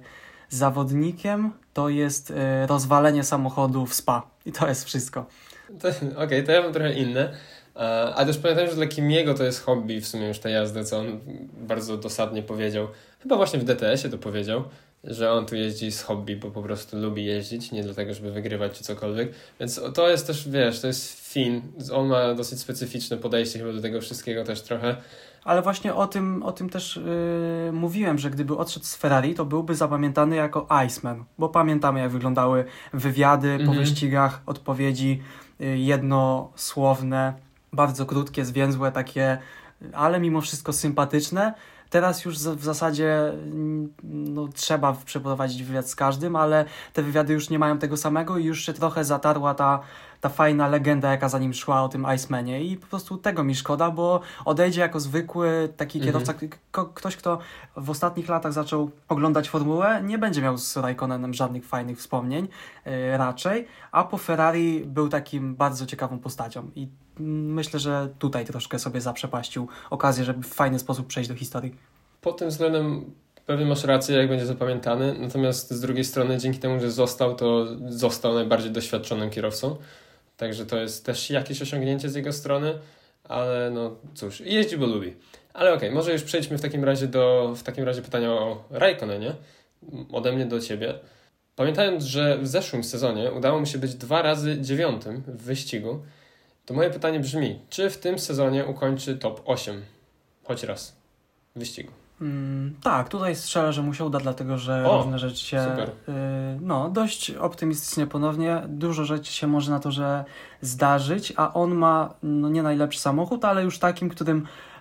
zawodnikiem, to jest yy, rozwalenie samochodu w Spa. I to jest wszystko. Okej, okay, to ja mam trochę inne. A też pamiętam, że dla Kimiego to jest hobby w sumie już ta jazda, co on bardzo dosadnie powiedział. Chyba właśnie w D T S-ie to powiedział, że on tu jeździ z hobby, bo po prostu lubi jeździć, nie dlatego, żeby wygrywać czy cokolwiek. Więc to jest też, wiesz, to jest Fin. On ma dosyć specyficzne podejście chyba do tego wszystkiego też trochę. Ale właśnie o tym, o tym też yy, mówiłem, że gdyby odszedł z Ferrari, to byłby zapamiętany jako Iceman, bo pamiętamy, jak wyglądały wywiady mm-hmm. po wyścigach, odpowiedzi yy, jednosłowne, bardzo krótkie, zwięzłe, takie, ale mimo wszystko sympatyczne. Teraz już w zasadzie no, trzeba przeprowadzić wywiad z każdym, ale te wywiady już nie mają tego samego i już się trochę zatarła ta, ta fajna legenda, jaka za nim szła o tym Icemanie i po prostu tego mi szkoda, bo odejdzie jako zwykły taki kierowca, mm-hmm. k- ktoś, kto w ostatnich latach zaczął oglądać formułę, nie będzie miał z Raikkonenem żadnych fajnych wspomnień yy, raczej, a po Ferrari był takim bardzo ciekawą postacią i myślę, że tutaj troszkę sobie zaprzepaścił okazję, żeby w fajny sposób przejść do historii. Pod tym względem pewnie masz rację, jak będzie zapamiętany, natomiast z drugiej strony dzięki temu, że został, to został najbardziej doświadczonym kierowcą, także to jest też jakieś osiągnięcie z jego strony, ale no cóż, jeździ, bo lubi. Ale okej, okay, może już przejdźmy w takim razie do w takim razie pytania o Raikkonenie, ode mnie do ciebie. Pamiętając, że w zeszłym sezonie udało mi się być dwa razy dziewiątym w wyścigu, to moje pytanie brzmi, czy w tym sezonie ukończy top osiem? Choć raz w wyścigu. Mm, tak, tutaj strzelę, że mu się uda, dlatego że o, różne rzeczy się... Super. Yy, no, dość optymistycznie ponownie. Dużo rzeczy się może na to, że zdarzyć, a on ma no, nie najlepszy samochód, ale już takim, którym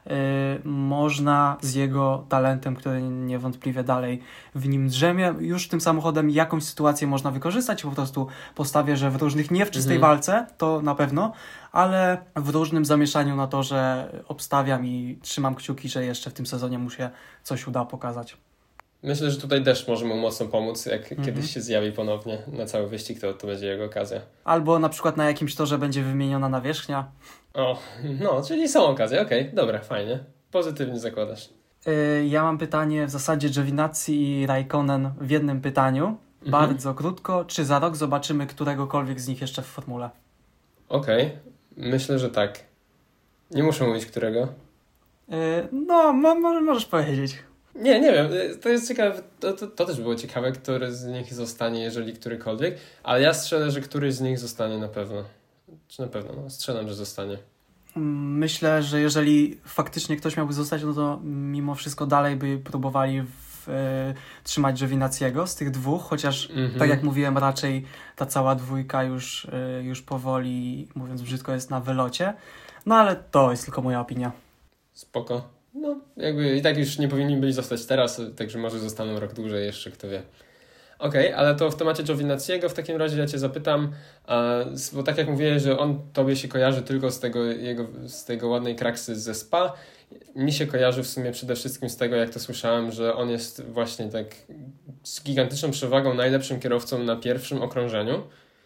można z jego talentem, który niewątpliwie dalej w nim drzemie, już tym samochodem jakąś sytuację można wykorzystać, po prostu postawię, że w różnych, nie w czystej mhm. walce, to na pewno, ale w różnym zamieszaniu na torze obstawiam i trzymam kciuki, że jeszcze w tym sezonie mu się coś uda pokazać. Myślę, że tutaj deszcz może mu mocno pomóc, jak mhm. kiedyś się zjawi ponownie na cały wyścig, to, to będzie jego okazja. Albo na przykład na jakimś torze będzie wymieniona nawierzchnia. O, no, czyli są okazje, okej, okay, dobra, fajnie. Pozytywnie zakładasz. Yy, ja mam pytanie w zasadzie Giovinazzi i Raikkonen w jednym pytaniu. Mhm. Bardzo krótko. Czy za rok zobaczymy któregokolwiek z nich jeszcze w formule? Okej, okay. Myślę, że tak. Nie muszę mówić którego. Yy, no, mo- może możesz powiedzieć. Nie, nie wiem, to jest ciekawe, to, to, to też było ciekawe, który z nich zostanie, jeżeli którykolwiek, ale ja strzelę, że któryś z nich zostanie na pewno. Czy na pewno, no, strzelam, że zostanie. Myślę, że jeżeli faktycznie ktoś miałby zostać, no to mimo wszystko dalej by próbowali w, e, trzymać Giovinazziego z tych dwóch, chociaż mm-hmm. tak jak mówiłem, raczej ta cała dwójka już, e, już powoli, mówiąc brzydko, jest na wylocie. No ale to jest tylko moja opinia. Spoko. No, jakby i tak już nie powinni byli zostać teraz, także może zostaną rok dłużej jeszcze, kto wie. Okej, okay, ale to w temacie Giovinazziego w takim razie ja Cię zapytam, bo tak jak mówiłeś, że on Tobie się kojarzy tylko z tego jego, z tego ładnej kraksy ze Spa, mi się kojarzy w sumie przede wszystkim z tego, jak to słyszałem, że on jest właśnie tak z gigantyczną przewagą najlepszym kierowcą na pierwszym okrążeniu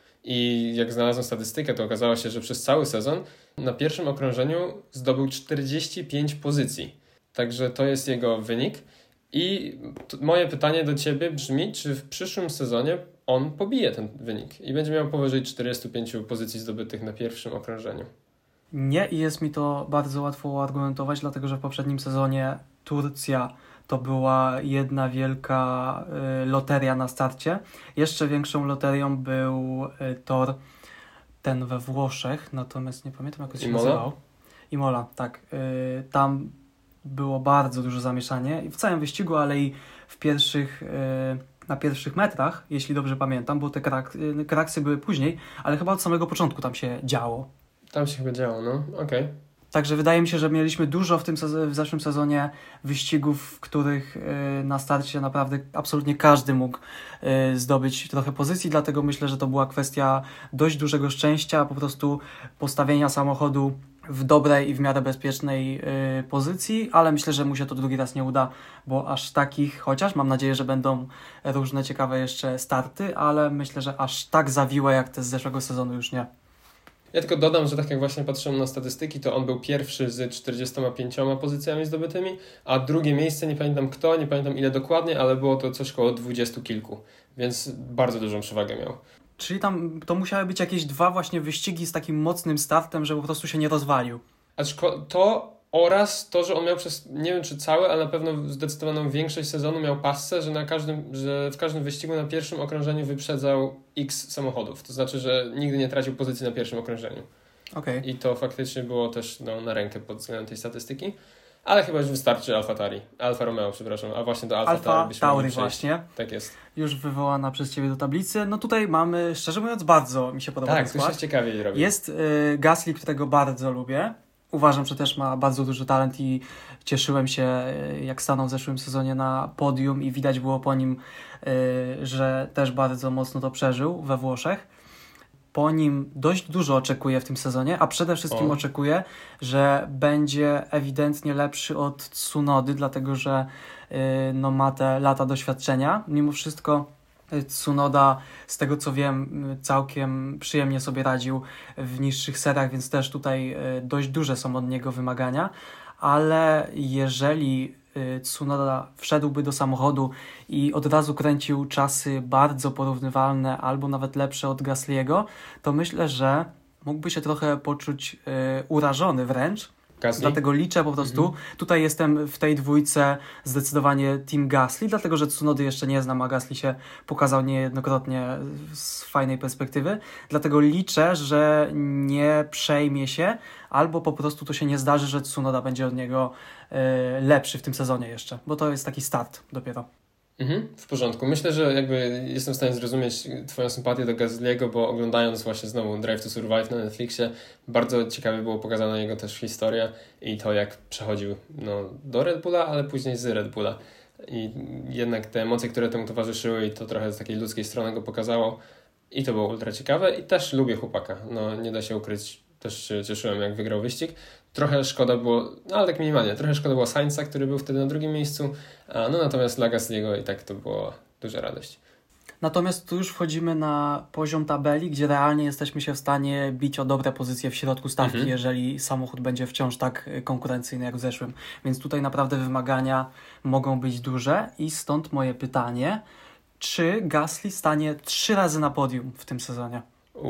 i jak znalazłem statystykę, to okazało się, że przez cały sezon na pierwszym okrążeniu zdobył czterdzieści pięć pozycji. Także to jest jego wynik. I t- moje pytanie do Ciebie brzmi, czy w przyszłym sezonie on pobije ten wynik i będzie miał powyżej czterdzieści pięć pozycji zdobytych na pierwszym okrążeniu? Nie, i jest mi to bardzo łatwo uargumentować, dlatego że w poprzednim sezonie Turcja to była jedna wielka y, loteria na starcie. Jeszcze większą loterią był y, tor ten we Włoszech, natomiast nie pamiętam, jak on się Imola? nazywał. Imola, tak. Y, tam było bardzo duże zamieszanie i w całym wyścigu, ale i w pierwszych, yy, na pierwszych metrach, jeśli dobrze pamiętam, bo te krak, yy, kraksy były później, ale chyba od samego początku tam się działo. Tam się chyba działo, no, okej. Okay. Także wydaje mi się, że mieliśmy dużo w tym w zeszłym sezonie wyścigów, w których yy, na starcie naprawdę absolutnie każdy mógł yy, zdobyć trochę pozycji, dlatego myślę, że to była kwestia dość dużego szczęścia, po prostu postawienia samochodu w dobrej i w miarę bezpiecznej y, pozycji, ale myślę, że mu się to drugi raz nie uda, bo aż takich, chociaż mam nadzieję, że będą różne ciekawe jeszcze starty, ale myślę, że aż tak zawiłe jak te z zeszłego sezonu już nie. Ja tylko dodam, że tak jak właśnie patrzyłem na statystyki, to on był pierwszy z czterdziestoma pięcioma pozycjami zdobytymi, a drugie miejsce, nie pamiętam kto, nie pamiętam ile dokładnie, ale było to coś koło dwudziestu kilku, więc bardzo dużą przewagę miał. Czyli tam to musiały być jakieś dwa właśnie wyścigi z takim mocnym startem, że po prostu się nie rozwalił. Aczko to oraz to, że on miał przez, nie wiem czy cały, ale na pewno zdecydowaną większość sezonu miał passę, że, na każdym, że w każdym wyścigu na pierwszym okrążeniu wyprzedzał X samochodów. To znaczy, że nigdy nie tracił pozycji na pierwszym okrążeniu. Okay. I to faktycznie było też no, na rękę pod względem tej statystyki. Ale chyba już wystarczy Alfa Tauri. Alfa Romeo, przepraszam. A właśnie do Alfa, Alfa Tauri byśmy Tauri właśnie. Tak jest. Już wywołana przez Ciebie do tablicy. No tutaj mamy, szczerze mówiąc, bardzo mi się podoba tak, ten skład. Tak, to się ciekawiej robi. Jest y, Gasly, którego bardzo lubię. Uważam, że też ma bardzo duży talent i cieszyłem się, y, jak stanął w zeszłym sezonie na podium i widać było po nim, y, że też bardzo mocno to przeżył we Włoszech. Po nim dość dużo oczekuję w tym sezonie, a przede wszystkim o. oczekuję, że będzie ewidentnie lepszy od Tsunody, dlatego że yy, no, ma te lata doświadczenia. Mimo wszystko Tsunoda, z tego co wiem, całkiem przyjemnie sobie radził w niższych seriach, więc też tutaj yy, dość duże są od niego wymagania, ale jeżeli Tsunoda wszedłby do samochodu i od razu kręcił czasy bardzo porównywalne albo nawet lepsze od Gasly'ego, to myślę, że mógłby się trochę poczuć yy, urażony wręcz. Gasly? Dlatego liczę po prostu. Mhm. Tutaj jestem w tej dwójce zdecydowanie Team Gasly, dlatego że Tsunody jeszcze nie znam, a Gasly się pokazał niejednokrotnie z fajnej perspektywy. Dlatego liczę, że nie przejmie się, albo po prostu to się nie zdarzy, że Tsunoda będzie od niego y, lepszy w tym sezonie jeszcze, bo to jest taki start dopiero. Mhm, w porządku. Myślę, że jakby jestem w stanie zrozumieć twoją sympatię do Gasly'ego, bo oglądając właśnie znowu Drive to Survive na Netflixie, bardzo ciekawie było pokazana jego też historia i to, jak przechodził no, do Red Bulla, ale później z Red Bulla. I jednak te emocje, które temu towarzyszyły i to trochę z takiej ludzkiej strony go pokazało i to było ultra ciekawe i też lubię chłopaka. No nie da się ukryć, też się cieszyłem, jak wygrał wyścig. Trochę szkoda było, no ale tak minimalnie, trochę szkoda było Sainza, który był wtedy na drugim miejscu, no natomiast dla Gasly'ego i tak to była duża radość. Natomiast tu już wchodzimy na poziom tabeli, gdzie realnie jesteśmy się w stanie bić o dobre pozycje w środku stawki, mhm. jeżeli samochód będzie wciąż tak konkurencyjny jak w zeszłym. Więc tutaj naprawdę wymagania mogą być duże i stąd moje pytanie, czy Gasly stanie trzy razy na podium w tym sezonie?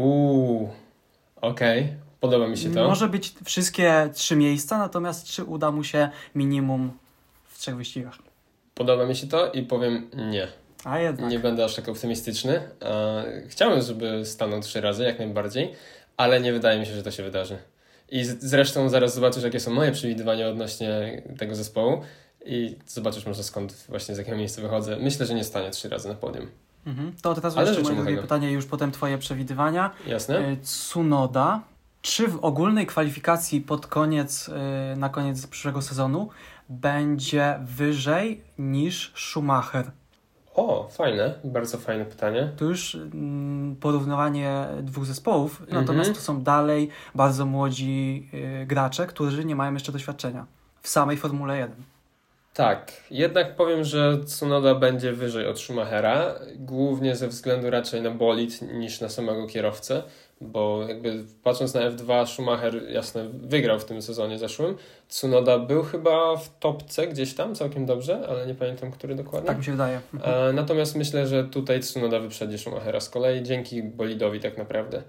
Uuu, okej. Okay. Podoba mi się to. Może być wszystkie trzy miejsca, natomiast czy uda mu się minimum w trzech wyścigach? Podoba mi się to i powiem nie. A jednak. Nie będę aż tak optymistyczny. Chciałbym, żeby stanął trzy razy, jak najbardziej, ale nie wydaje mi się, że to się wydarzy. I zresztą zaraz zobaczysz, jakie są moje przewidywania odnośnie tego zespołu i zobaczysz może skąd właśnie z jakiego miejsca wychodzę. Myślę, że nie stanie trzy razy na podium. Mhm. To teraz jeszcze moje drugie pytanie, już potem twoje przewidywania. Jasne. Tsunoda. Czy w ogólnej kwalifikacji pod koniec, na koniec przyszłego sezonu będzie wyżej niż Schumacher? O, fajne, bardzo fajne pytanie. To już mm, porównywanie dwóch zespołów, mm-hmm. natomiast to są dalej bardzo młodzi y, gracze, którzy nie mają jeszcze doświadczenia w samej Formule jeden. Tak, jednak powiem, że Tsunoda będzie wyżej od Schumachera, głównie ze względu raczej na bolid niż na samego kierowcę, bo jakby patrząc na F dwa, Schumacher jasne wygrał w tym sezonie zeszłym. Tsunoda był chyba w topce gdzieś tam całkiem dobrze, ale nie pamiętam, który dokładnie. Tak mi się wydaje. E, natomiast myślę, że tutaj Tsunoda wyprzedzi Schumachera z kolei dzięki bolidowi tak naprawdę,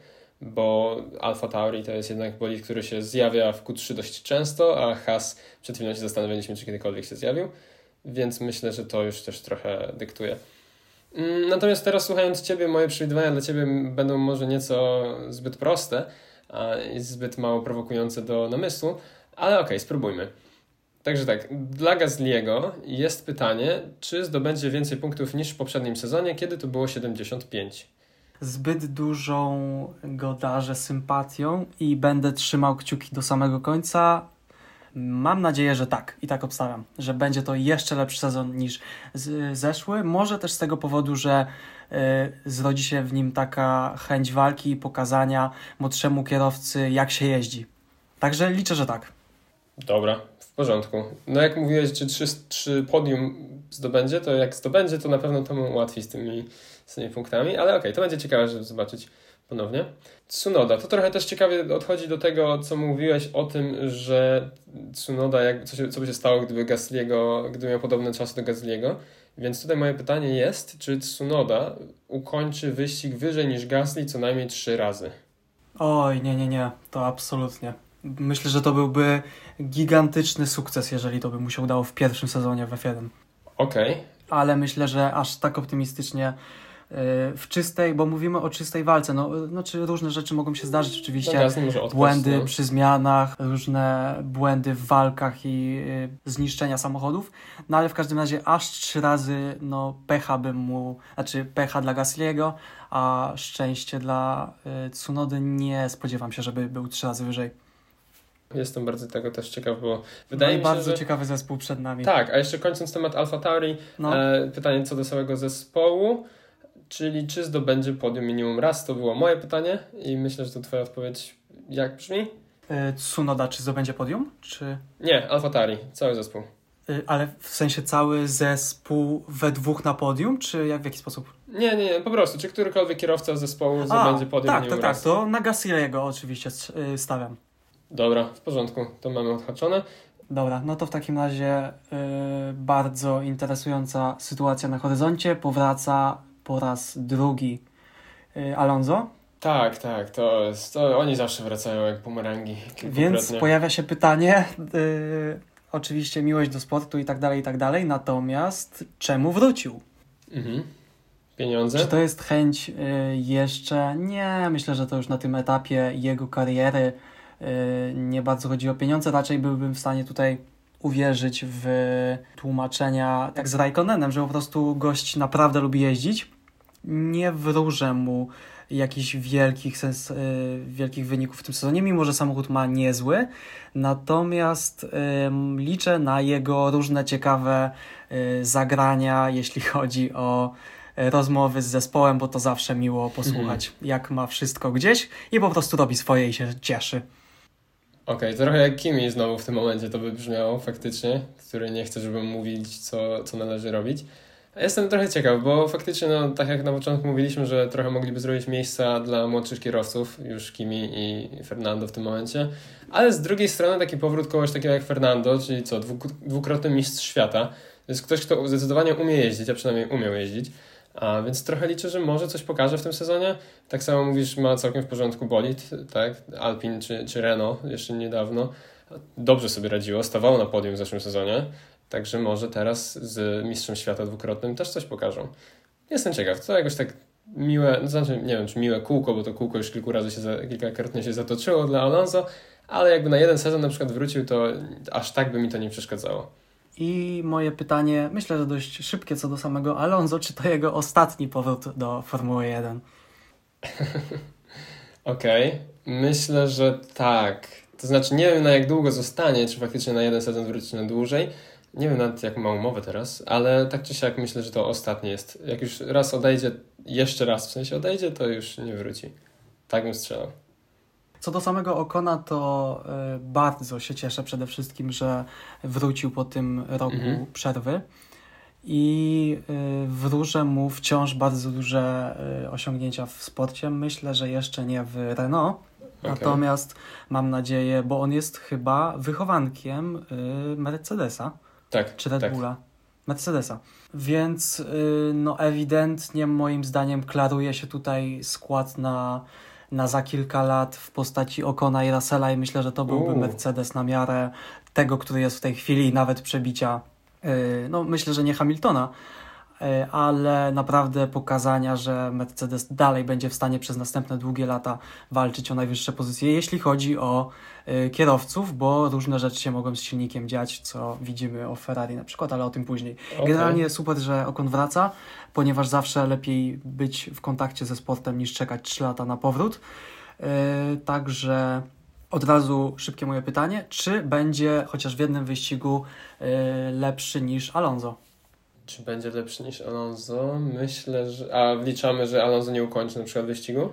bo Alfa Tauri to jest jednak bolid, który się zjawia w Q trzy dość często, a Haas przed chwilą się zastanawialiśmy, czy kiedykolwiek się zjawił, więc myślę, że to już też trochę dyktuje. Natomiast teraz słuchając Ciebie, moje przewidywania dla Ciebie będą może nieco zbyt proste i zbyt mało prowokujące do namysłu, ale okej, okay, spróbujmy. Także tak, dla Gasly'ego jest pytanie, czy zdobędzie więcej punktów niż w poprzednim sezonie, kiedy to było siedemdziesiąt pięć. Zbyt dużą go darzę sympatią i będę trzymał kciuki do samego końca. Mam nadzieję, że tak i tak obstawiam, że będzie to jeszcze lepszy sezon niż z- zeszły. Może też z tego powodu, że y, zrodzi się w nim taka chęć walki i pokazania młodszemu kierowcy, jak się jeździ. Także liczę, że tak. Dobra, w porządku. No jak mówiłeś, czy trzy, trzy podium zdobędzie, to jak zdobędzie, to na pewno to mu łatwiej z tymi, z tymi punktami, ale okej, okay, to będzie ciekawe, żeby zobaczyć ponownie. Tsunoda, to trochę też ciekawie odchodzi do tego, co mówiłeś o tym, że Tsunoda, jak, co, się, co by się stało, gdyby Gasly'ego, gdyby miał podobne czasy do Gasly'ego. Więc tutaj moje pytanie jest, czy Tsunoda ukończy wyścig wyżej niż Gasly co najmniej trzy razy? Oj, nie, nie, nie, to absolutnie. Myślę, że to byłby gigantyczny sukces, jeżeli to by mu się udało w pierwszym sezonie w F jeden. Okej. Okay. Ale myślę, że aż tak optymistycznie w czystej, bo mówimy o czystej walce, no, znaczy różne rzeczy mogą się zdarzyć oczywiście, no, odpaść, błędy no. przy zmianach, różne błędy w walkach i y, zniszczenia samochodów, no ale w każdym razie aż trzy razy no pecha bym mu, znaczy pecha dla Gasly'ego, a szczęście dla y, Tsunody nie spodziewam się, żeby był trzy razy wyżej. Jestem bardzo tego też ciekaw, bo wydaje no mi się, bardzo że... ciekawy zespół przed nami. Tak, a jeszcze kończąc temat Alfa Tauri, no. e, pytanie co do całego zespołu, czyli czy zdobędzie podium minimum raz? To było moje pytanie i myślę, że to twoja odpowiedź jak brzmi? E, Tsunoda, czy zdobędzie podium? Czy... Nie, Alfa Tauri, cały zespół. E, ale w sensie cały zespół we dwóch na podium, czy jak w jaki sposób? Nie, nie, nie, po prostu, czy którykolwiek kierowca zespołu zdobędzie podium tak, minimum tak, raz? Tak, to na Gasly'ego oczywiście stawiam. Dobra, w porządku, to mamy odhaczone. Dobra, no to w takim razie yy, bardzo interesująca sytuacja na horyzoncie. Powraca po raz drugi yy, Alonso. Tak, tak, to, jest, to oni zawsze wracają jak bumerangi. Więc pojawia się pytanie, yy, oczywiście miłość do sportu i tak dalej, i tak dalej, natomiast czemu wrócił? Mhm. Pieniądze? Czy to jest chęć yy, jeszcze? Nie, myślę, że to już na tym etapie jego kariery yy, nie bardzo chodzi o pieniądze, raczej byłbym w stanie tutaj uwierzyć w tłumaczenia tak z Raikkonenem, że po prostu gość naprawdę lubi jeździć. Nie wróżę mu jakichś wielkich, sens, yy, wielkich wyników w tym sezonie, mimo że samochód ma niezły. Natomiast yy, liczę na jego różne ciekawe yy, zagrania, jeśli chodzi o yy, rozmowy z zespołem, bo to zawsze miło posłuchać, mhm. jak ma wszystko gdzieś i po prostu robi swoje i się cieszy. Okej, okay, trochę jak Kimi znowu w tym momencie to by brzmiało faktycznie, który nie chce, żeby mówić, co, co należy robić. Jestem trochę ciekaw, bo faktycznie, no, tak jak na początku mówiliśmy, że trochę mogliby zrobić miejsca dla młodszych kierowców, już Kimi i Fernando w tym momencie, ale z drugiej strony taki powrót kogoś takiego jak Fernando, czyli co, dwu, dwukrotny mistrz świata, to jest ktoś, kto zdecydowanie umie jeździć, a przynajmniej umiał jeździć, a więc trochę liczę, że może coś pokaże w tym sezonie. Tak samo mówisz, ma całkiem w porządku bolid, tak, Alpine czy, czy Renault jeszcze niedawno, dobrze sobie radziło, stawało na podium w zeszłym sezonie. Także może teraz z mistrzem świata dwukrotnym też coś pokażą. Jestem ciekaw, to jakoś tak miłe, no znaczy nie wiem czy miłe kółko, bo to kółko już kilku razy się, za, kilkakrotnie się zatoczyło dla Alonso, ale jakby na jeden sezon na przykład wrócił, to aż tak by mi to nie przeszkadzało. I moje pytanie, myślę, że dość szybkie co do samego Alonso, czy to jego ostatni powrót do Formuły jeden? Okej, okay. Myślę, że tak. To znaczy nie wiem na jak długo zostanie, czy faktycznie na jeden sezon wróci na dłużej. Nie wiem nawet jak ma umowę teraz, ale tak czy siak myślę, że to ostatni jest. Jak już raz odejdzie, jeszcze raz w sensie odejdzie, to już nie wróci. Tak bym strzelał. Co do samego Ocona, to y, bardzo się cieszę przede wszystkim, że wrócił po tym roku mhm. przerwy i y, wróżę mu wciąż bardzo duże y, osiągnięcia w sporcie. Myślę, że jeszcze nie w Renault, okay. Natomiast mam nadzieję, bo on jest chyba wychowankiem y, Mercedesa. Tak, czy Red tak. Bulla? Mercedesa. Więc y, no ewidentnie moim zdaniem klaruje się tutaj skład na, na za kilka lat w postaci Ocona i Russella i myślę, że to byłby Uu. Mercedes na miarę tego, który jest w tej chwili i nawet przebicia, y, no myślę, że nie Hamiltona, y, ale naprawdę pokazania, że Mercedes dalej będzie w stanie przez następne długie lata walczyć o najwyższe pozycje, jeśli chodzi o kierowców, bo różne rzeczy się mogą z silnikiem dziać, co widzimy o Ferrari na przykład, ale o tym później. Okay. Generalnie super, że Ocon wraca, ponieważ zawsze lepiej być w kontakcie ze sportem niż czekać trzy lata na powrót. Yy, także od razu szybkie moje pytanie, czy będzie chociaż w jednym wyścigu yy, lepszy niż Alonso? Czy będzie lepszy niż Alonso? Myślę, że... A wliczamy, że Alonso nie ukończy na przykład wyścigu?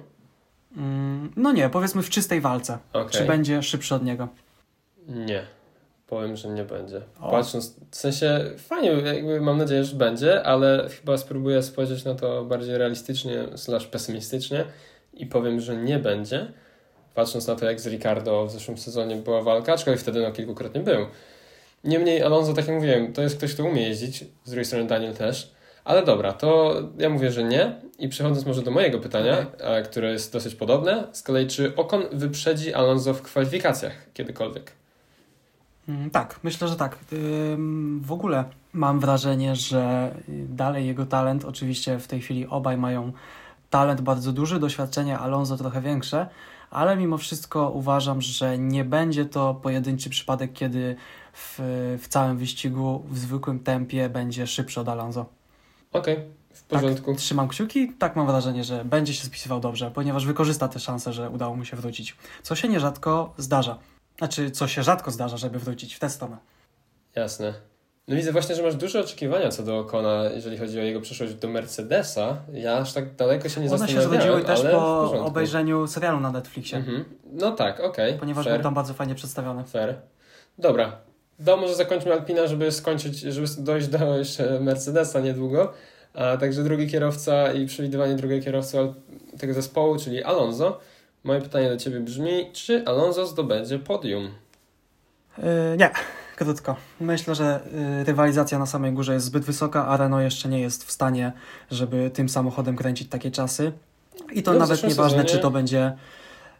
No nie, powiedzmy w czystej walce. Okay. Czy będzie szybszy od niego? Nie. Powiem, że nie będzie. O. Patrząc, w sensie fajnie, jakby mam nadzieję, że będzie, ale chyba spróbuję spojrzeć na to bardziej realistycznie slash pesymistycznie i powiem, że nie będzie. Patrząc na to, jak z Ricardo w zeszłym sezonie była walka, aczkolwiek wtedy no kilkukrotnie był. Niemniej Alonso, tak jak mówiłem, to jest ktoś, kto umie jeździć, z drugiej strony Daniel też. Ale dobra, to ja mówię, że nie. I przechodząc może do mojego pytania, okay. które jest dosyć podobne. Z kolei, czy Ocon wyprzedzi Alonso w kwalifikacjach kiedykolwiek? Mm, tak, myślę, że tak. Ym, w ogóle mam wrażenie, że dalej jego talent, oczywiście w tej chwili obaj mają talent bardzo duży, doświadczenie Alonso trochę większe, ale mimo wszystko uważam, że nie będzie to pojedynczy przypadek, kiedy w, w całym wyścigu w zwykłym tempie będzie szybszy od Alonso. Okej, okay, w porządku. Tak, trzymam kciuki, tak mam wrażenie, że będzie się spisywał dobrze, ponieważ wykorzysta te szanse, że udało mu się wrócić. Co się nierzadko zdarza. Znaczy, co się rzadko zdarza, żeby wrócić w tę stronę. Jasne. No widzę właśnie, że masz duże oczekiwania co do Ocona, jeżeli chodzi o jego przyszłość do Mercedesa. Ja aż tak daleko się nie One zastanawiałem, One się zrodziły też po porządku. obejrzeniu serialu na Netflixie. Mhm. No tak, okej. Okay, ponieważ fair. był tam bardzo fajnie przedstawiony. Fair. Dobra. Do może zakończmy Alpina, żeby skończyć, żeby dojść do jeszcze Mercedesa niedługo. A także drugi kierowca i przewidywanie drugiego kierowcy tego zespołu, czyli Alonso. Moje pytanie do Ciebie brzmi, czy Alonso zdobędzie podium? Yy, nie, krótko. Myślę, że yy, rywalizacja na samej górze jest zbyt wysoka, a Renault jeszcze nie jest w stanie, żeby tym samochodem kręcić takie czasy. I to no, nawet nieważne, sezonie... czy to będzie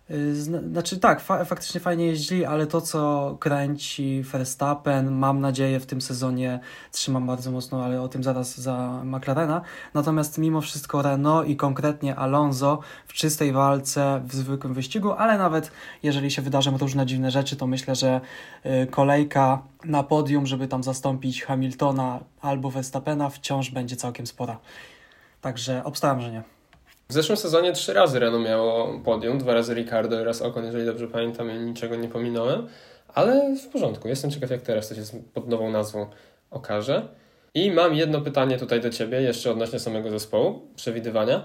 Znaczy tak, fa- faktycznie fajnie jeździli, ale to co kręci Verstappen, mam nadzieję w tym sezonie trzymam bardzo mocno, ale o tym zaraz za McLarena. Natomiast mimo wszystko Renault i konkretnie Alonso w czystej walce, w zwykłym wyścigu, ale nawet jeżeli się wydarzą różne dziwne rzeczy, to myślę, że kolejka na podium, żeby tam zastąpić Hamiltona albo Verstappena wciąż będzie całkiem spora. Także obstawiam, że nie. W zeszłym sezonie trzy razy Renault miało podium, dwa razy Ricciardo i raz Ocon, jeżeli dobrze pamiętam i niczego nie pominąłem, ale w porządku. Jestem ciekaw, jak teraz to się pod nową nazwą okaże. I mam jedno pytanie tutaj do Ciebie, jeszcze odnośnie samego zespołu, przewidywania.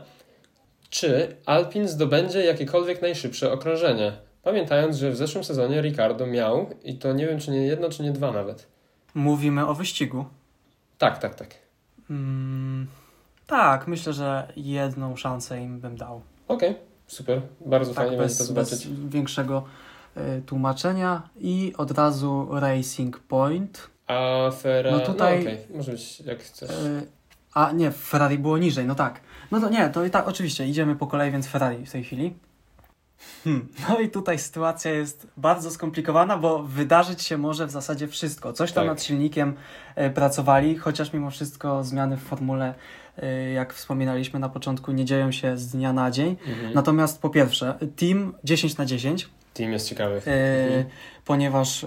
Czy Alpine zdobędzie jakiekolwiek najszybsze okrążenie? Pamiętając, że w zeszłym sezonie Ricciardo miał, i to nie wiem, czy nie jedno, czy nie dwa nawet. Mówimy o wyścigu? Tak, tak, tak. Mm. Tak, myślę, że jedną szansę im bym dał. Okej, okay, super. Bardzo tak, fajnie bez, będzie to zobaczyć. Bez większego y, tłumaczenia i od razu Racing Point. A Ferrari... No tutaj... No okej, okay. Może być jak chcesz. Y, a nie, Ferrari było niżej, no tak. No to nie, to i tak oczywiście, idziemy po kolei, więc Ferrari w tej chwili. Hmm. No i tutaj sytuacja jest bardzo skomplikowana, bo wydarzyć się może w zasadzie wszystko. Coś tam tak. nad silnikiem y, pracowali, chociaż mimo wszystko zmiany w formule, y, jak wspominaliśmy na początku, nie dzieją się z dnia na dzień. Mhm. Natomiast po pierwsze, team dziesięć na dziesięć. Team jest ciekawy. Y, mhm. Ponieważ y,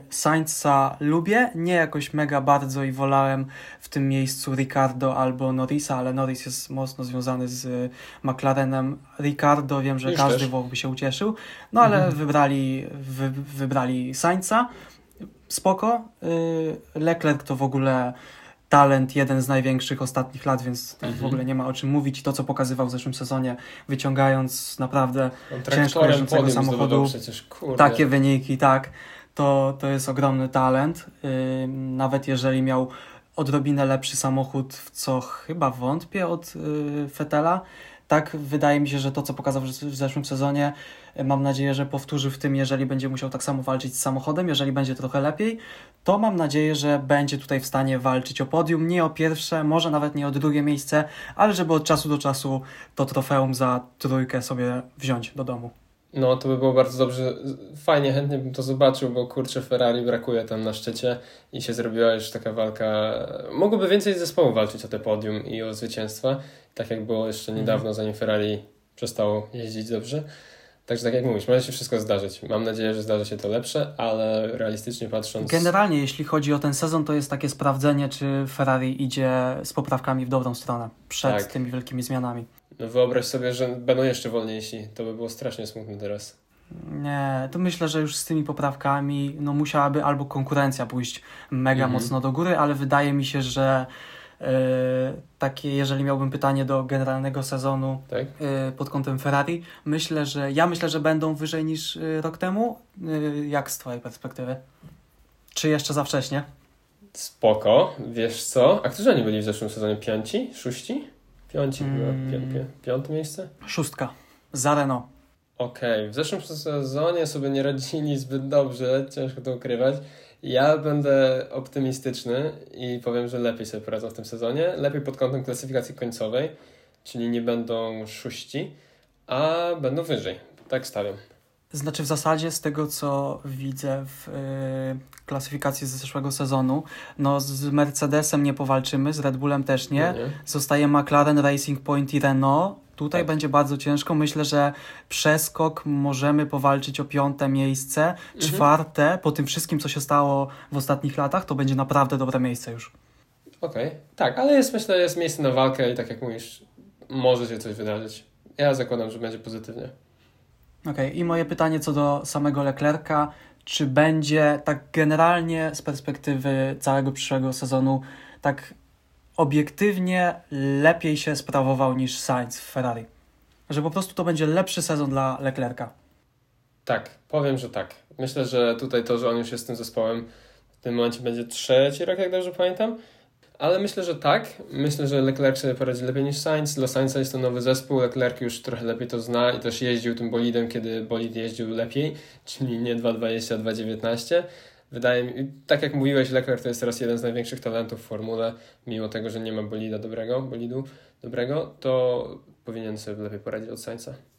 Sainza lubię, nie jakoś mega bardzo i wolałem w tym miejscu Ricciardo albo Norrisa, ale Norris jest mocno związany z y, McLarenem. Ricciardo wiem, że Już każdy Włoch by się ucieszył, no ale mhm. wybrali, wy, wybrali Sainza. Spoko. Y, Leclerc to w ogóle talent, jeden z największych ostatnich lat, więc mhm. w ogóle nie ma o czym mówić. To, co pokazywał w zeszłym sezonie, wyciągając naprawdę ciężko jeżdżącego samochodu, przecież, takie wyniki, tak, to, to jest ogromny talent. Yy, nawet jeżeli miał odrobinę lepszy samochód, w co chyba wątpię od yy, Vettela, tak, wydaje mi się, że to, co pokazał w zeszłym sezonie, mam nadzieję, że powtórzy w tym, jeżeli będzie musiał tak samo walczyć z samochodem, jeżeli będzie trochę lepiej, to mam nadzieję, że będzie tutaj w stanie walczyć o podium, nie o pierwsze, może nawet nie o drugie miejsce, ale żeby od czasu do czasu to trofeum za trójkę sobie wziąć do domu. No, to by było bardzo dobrze. Fajnie, chętnie bym to zobaczył, bo kurczę, Ferrari brakuje tam na szczycie i się zrobiła już taka walka. Mogłoby więcej zespołów walczyć o te podium i o zwycięstwa, tak jak było jeszcze niedawno, mm. zanim Ferrari przestało jeździć dobrze. Także tak jak mówisz, może się wszystko zdarzyć. Mam nadzieję, że zdarzy się to lepsze, ale realistycznie patrząc... Generalnie, jeśli chodzi o ten sezon, to jest takie sprawdzenie, czy Ferrari idzie z poprawkami w dobrą stronę przed tak. tymi wielkimi zmianami. No wyobraź sobie, że będą jeszcze wolniejsi. To by było strasznie smutne teraz. Nie, to myślę, że już z tymi poprawkami no musiałaby albo konkurencja pójść mega mhm. mocno do góry, ale wydaje mi się, że yy, takie, jeżeli miałbym pytanie do generalnego sezonu tak? yy, pod kątem Ferrari, myślę, że ja myślę, że będą wyżej niż yy, rok temu. Yy, jak z twojej perspektywy? Czy jeszcze za wcześnie? Spoko, wiesz co? A którzy oni byli w zeszłym sezonie? Piąci? Szóści? Piąci chyba. Hmm. Pi- pi- piąte miejsce? Szóstka. Za Renault. Okej, okay. W zeszłym sezonie sobie nie radzili zbyt dobrze, ciężko to ukrywać. Ja będę optymistyczny i powiem, że lepiej sobie poradzą w tym sezonie. Lepiej pod kątem klasyfikacji końcowej, czyli nie będą szóści, a będą wyżej. Tak stawiam. Znaczy w zasadzie z tego, co widzę w yy, klasyfikacji z zeszłego sezonu, no z Mercedesem nie powalczymy, z Red Bullem też nie. nie, nie. Zostaje McLaren, Racing Point i Renault. Tutaj tak. będzie bardzo ciężko. Myślę, że przeskok możemy powalczyć o piąte miejsce. Mhm. Czwarte, po tym wszystkim, co się stało w ostatnich latach, to będzie naprawdę dobre miejsce już. Okej, okay. tak, ale jest, myślę, jest miejsce na walkę i tak jak mówisz, może się coś wydarzyć. Ja zakładam, że będzie pozytywnie. Okej, okay. I moje pytanie co do samego Leclerca, czy będzie tak generalnie z perspektywy całego przyszłego sezonu tak obiektywnie lepiej się sprawował niż Sainz w Ferrari? Że po prostu to będzie lepszy sezon dla Leclerca? Tak, powiem, że tak. Myślę, że tutaj to, że on już jest tym zespołem, w tym momencie będzie trzeci rok, jak dobrze pamiętam. Ale myślę, że tak. Myślę, że Leclerc sobie poradzi lepiej niż Sainz. Dla Sainza jest to nowy zespół. Leclerc już trochę lepiej to zna i też jeździł tym bolidem, kiedy bolid jeździł lepiej, czyli nie dwa dwadzieścia, dwa dziewiętnaście. Wydaje mi, tak jak mówiłeś, Leclerc to jest teraz jeden z największych talentów w formule, mimo tego, że nie ma bolida dobrego, bolidu dobrego, to powinien sobie lepiej poradzić od Sainza.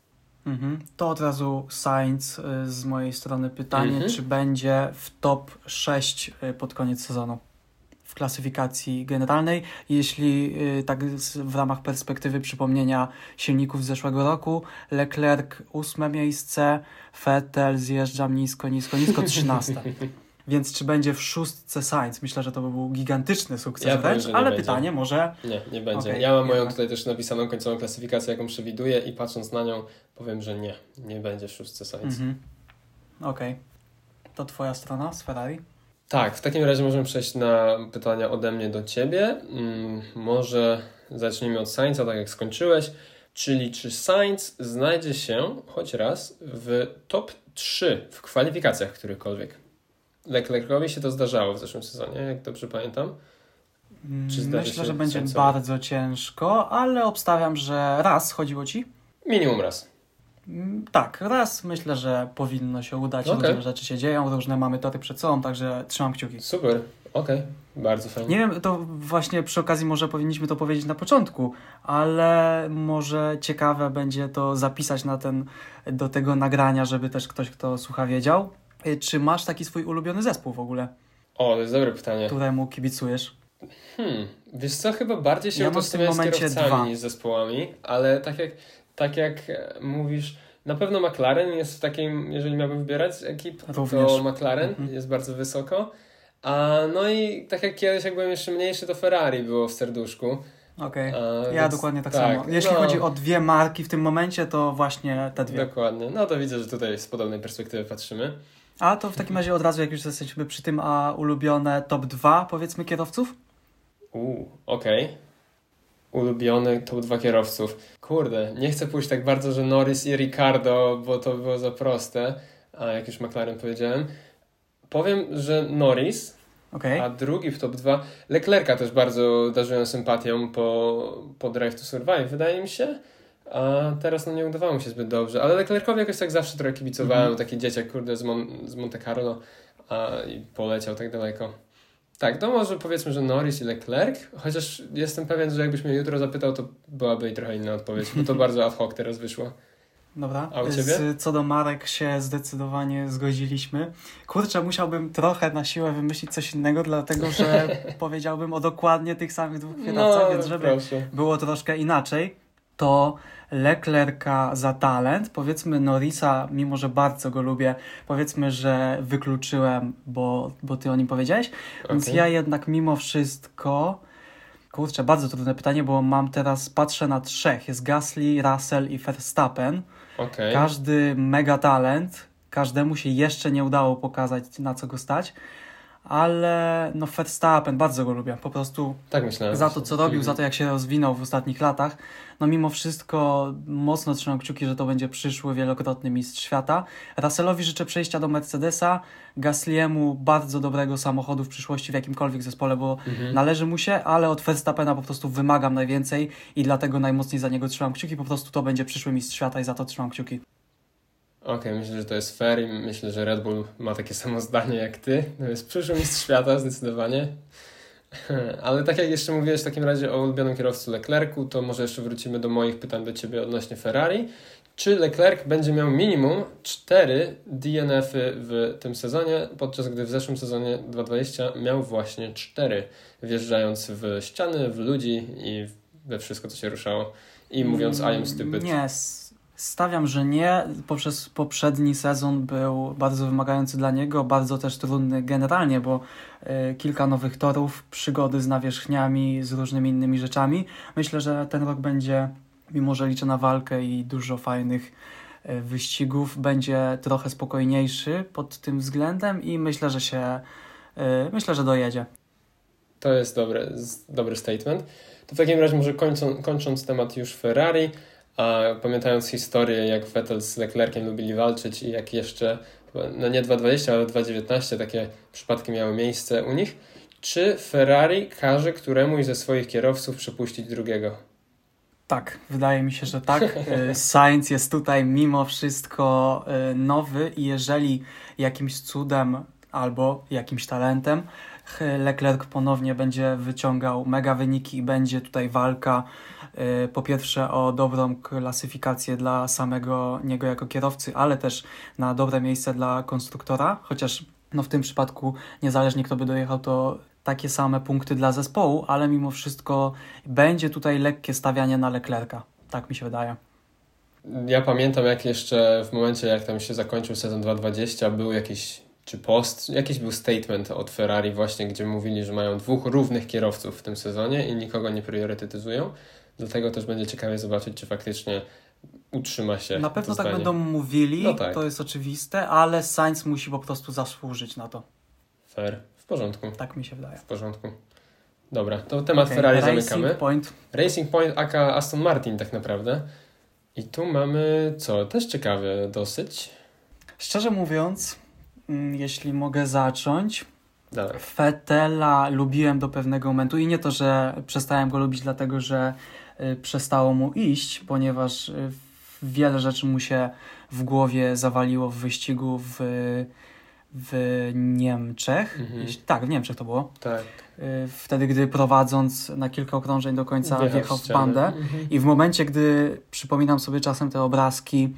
Mhm. To od razu Sainz z mojej strony pytanie, mhm. czy będzie w top sześć pod koniec sezonu w klasyfikacji generalnej. Jeśli tak w ramach perspektywy przypomnienia silników z zeszłego roku, Leclerc ósme miejsce, Vettel zjeżdżam nisko, nisko, nisko trzynaste. Więc czy będzie w szóstce Sainz? Myślę, że to by był gigantyczny sukces ja wręcz, powiem, ale będzie. pytanie może... Nie, nie będzie. Okay, ja mam moją tutaj też napisaną końcową klasyfikację, jaką przewiduję i patrząc na nią powiem, że nie, nie będzie w szóstce Sainz. Mhm. Okej. Okay. To twoja strona z Ferrari? Tak, w takim razie możemy przejść na pytania ode mnie do ciebie. Hmm, może zacznijmy od Sainza, tak jak skończyłeś. Czyli czy Sainz znajdzie się choć raz w top trzy w kwalifikacjach którychkolwiek? Leclercowi się to zdarzało w zeszłym sezonie, jak dobrze pamiętam. Czy Myślę, że będzie Sainzowi? Bardzo ciężko, ale obstawiam, że raz. Chodziło ci? Minimum raz. Tak, raz myślę, że powinno się udać. Okay. Różne rzeczy się dzieją, różne mamy tory przed sobą, także trzymam kciuki. Super, okej, okay. Bardzo fajnie. Nie wiem, to właśnie przy okazji może powinniśmy to powiedzieć na początku, ale może ciekawe będzie to zapisać na ten, do tego nagrania, żeby też ktoś, kto słucha, wiedział. Czy masz taki swój ulubiony zespół w ogóle? O, to jest dobre pytanie. Któremu kibicujesz? Hmm, wiesz co, chyba bardziej się ja utożsamiam z kierowcami dwa. niż z zespołami, ale tak jak, tak jak mówisz, na pewno McLaren jest w takim, jeżeli miałbym wybierać ekip, Również. to McLaren mhm. jest bardzo wysoko. A no i tak jak kiedyś, jak byłem jeszcze mniejszy, to Ferrari było w serduszku. Okej, okay. Ja więc, dokładnie tak, tak samo. Jeśli no, chodzi o dwie marki w tym momencie, to właśnie te dwie. Dokładnie, no to widzę, że tutaj z podobnej perspektywy patrzymy. A to w takim razie od razu, jak już jesteśmy przy tym, a ulubione top dwa, powiedzmy, kierowców? Uuu, okej. Okay. Ulubiony top dwa kierowców. Kurde, nie chcę pójść tak bardzo, że Norris i Ricardo, bo to było za proste, a jak już McLaren powiedziałem. Powiem, że Norris, okay. a drugi w top dwa. Leclerca też bardzo darzyłem sympatią po, po Drive to Survive, wydaje mi się. A teraz no nie udawało mi się zbyt dobrze. Ale Leclercowi jakoś tak zawsze trochę kibicowałem. Mm-hmm. Taki dzieciak, kurde, z, Mon- z Monte Carlo a, i poleciał tak daleko. Tak, to może powiedzmy, że Norris i Leclerc, chociaż jestem pewien, że jakbyś mnie jutro zapytał, to byłaby i trochę inna odpowiedź, bo to bardzo ad hoc teraz wyszło. Dobra, a u ciebie? Z, co do marek się zdecydowanie zgodziliśmy. Kurczę, musiałbym trochę na siłę wymyślić coś innego, dlatego że powiedziałbym o dokładnie tych samych dwóch kierowcach, no, więc żeby proszę. było troszkę inaczej, to Leclerca za talent, powiedzmy Norrisa, mimo że bardzo go lubię, powiedzmy, że wykluczyłem, bo, bo ty o nim powiedziałeś, okay. Więc ja jednak mimo wszystko, kurczę, bardzo trudne pytanie, bo mam teraz, patrzę na trzech, jest Gasly, Russell i Verstappen. Okay. Każdy mega talent, każdemu się jeszcze nie udało pokazać, na co go stać, ale no Verstappen, bardzo go lubię, po prostu tak myślałem. Za to, co robił, za to, jak się rozwinął w ostatnich latach. No mimo wszystko mocno trzymam kciuki, że to będzie przyszły wielokrotny mistrz świata. Russellowi życzę przejścia do Mercedesa, Gasly'emu bardzo dobrego samochodu w przyszłości w jakimkolwiek zespole, bo mhm. należy mu się, ale od Verstappena po prostu wymagam najwięcej i dlatego najmocniej za niego trzymam kciuki. Po prostu to będzie przyszły mistrz świata i za to trzymam kciuki. Okej, okay, myślę, że to jest fair i myślę, że Red Bull ma takie samo zdanie jak ty. To jest przyszły mistrz świata, zdecydowanie. Ale tak jak jeszcze mówiłeś w takim razie o ulubionym kierowcy Leclercu, to może jeszcze wrócimy do moich pytań do ciebie odnośnie Ferrari. Czy Leclerc będzie miał minimum cztery D N F-y w tym sezonie, podczas gdy w zeszłym sezonie dwa tysiące dwudziestym miał właśnie cztery, wjeżdżając w ściany, w ludzi i we wszystko, co się ruszało i mówiąc I am stupid. Nie, stawiam, że nie. Poprzez poprzedni sezon był bardzo wymagający dla niego, bardzo też trudny generalnie, bo y, kilka nowych torów, przygody z nawierzchniami, z różnymi innymi rzeczami. Myślę, że ten rok będzie, mimo że liczę na walkę i dużo fajnych y, wyścigów, będzie trochę spokojniejszy pod tym względem i myślę, że się y, myślę, że dojedzie. To jest dobry, dobry statement. To w takim razie może kończą, kończąc temat już Ferrari, a pamiętając historię, jak Vettel z Leclerciem lubili walczyć i jak jeszcze, no nie dwa tysiące dwudziesty, ale dwa tysiące dziewiętnasty takie przypadki miały miejsce u nich, czy Ferrari każe któremuś ze swoich kierowców przepuścić drugiego? Tak, wydaje mi się, że tak. Sainz jest tutaj mimo wszystko nowy i jeżeli jakimś cudem albo jakimś talentem Leclerc ponownie będzie wyciągał mega wyniki i będzie tutaj walka po pierwsze o dobrą klasyfikację dla samego niego jako kierowcy, ale też na dobre miejsce dla konstruktora, chociaż no w tym przypadku niezależnie kto by dojechał, to takie same punkty dla zespołu, ale mimo wszystko będzie tutaj lekkie stawianie na Leclerca. Tak mi się wydaje. Ja pamiętam, jak jeszcze w momencie, jak tam się zakończył sezon dwa tysiące dwudziesty, był jakiś, czy post, jakiś był statement od Ferrari właśnie, gdzie mówili, że mają dwóch równych kierowców w tym sezonie i nikogo nie priorytetyzują. Dlatego też będzie ciekawie zobaczyć, czy faktycznie utrzyma się. Na pewno to tak zdanie. będą mówili, no tak. To jest oczywiste, ale Sainz musi po prostu zasłużyć na to. Fair. W porządku. Tak mi się wydaje. W porządku. Dobra, to temat okay, Ferrari Racing zamykamy. Point. Racing Point aka Aston Martin tak naprawdę. I tu mamy co? Też ciekawe dosyć. Szczerze mówiąc, jeśli mogę zacząć, Dawaj. Vettela lubiłem do pewnego momentu i nie to, że przestałem go lubić dlatego, że y, przestało mu iść, ponieważ y, wiele rzeczy mu się w głowie zawaliło w wyścigu w, w Niemczech. Mhm. Tak, w Niemczech to było. Tak. Y, wtedy, gdy prowadząc na kilka okrążeń do końca wjechał, wjechał w bandę. Mhm. I w momencie, gdy przypominam sobie czasem te obrazki,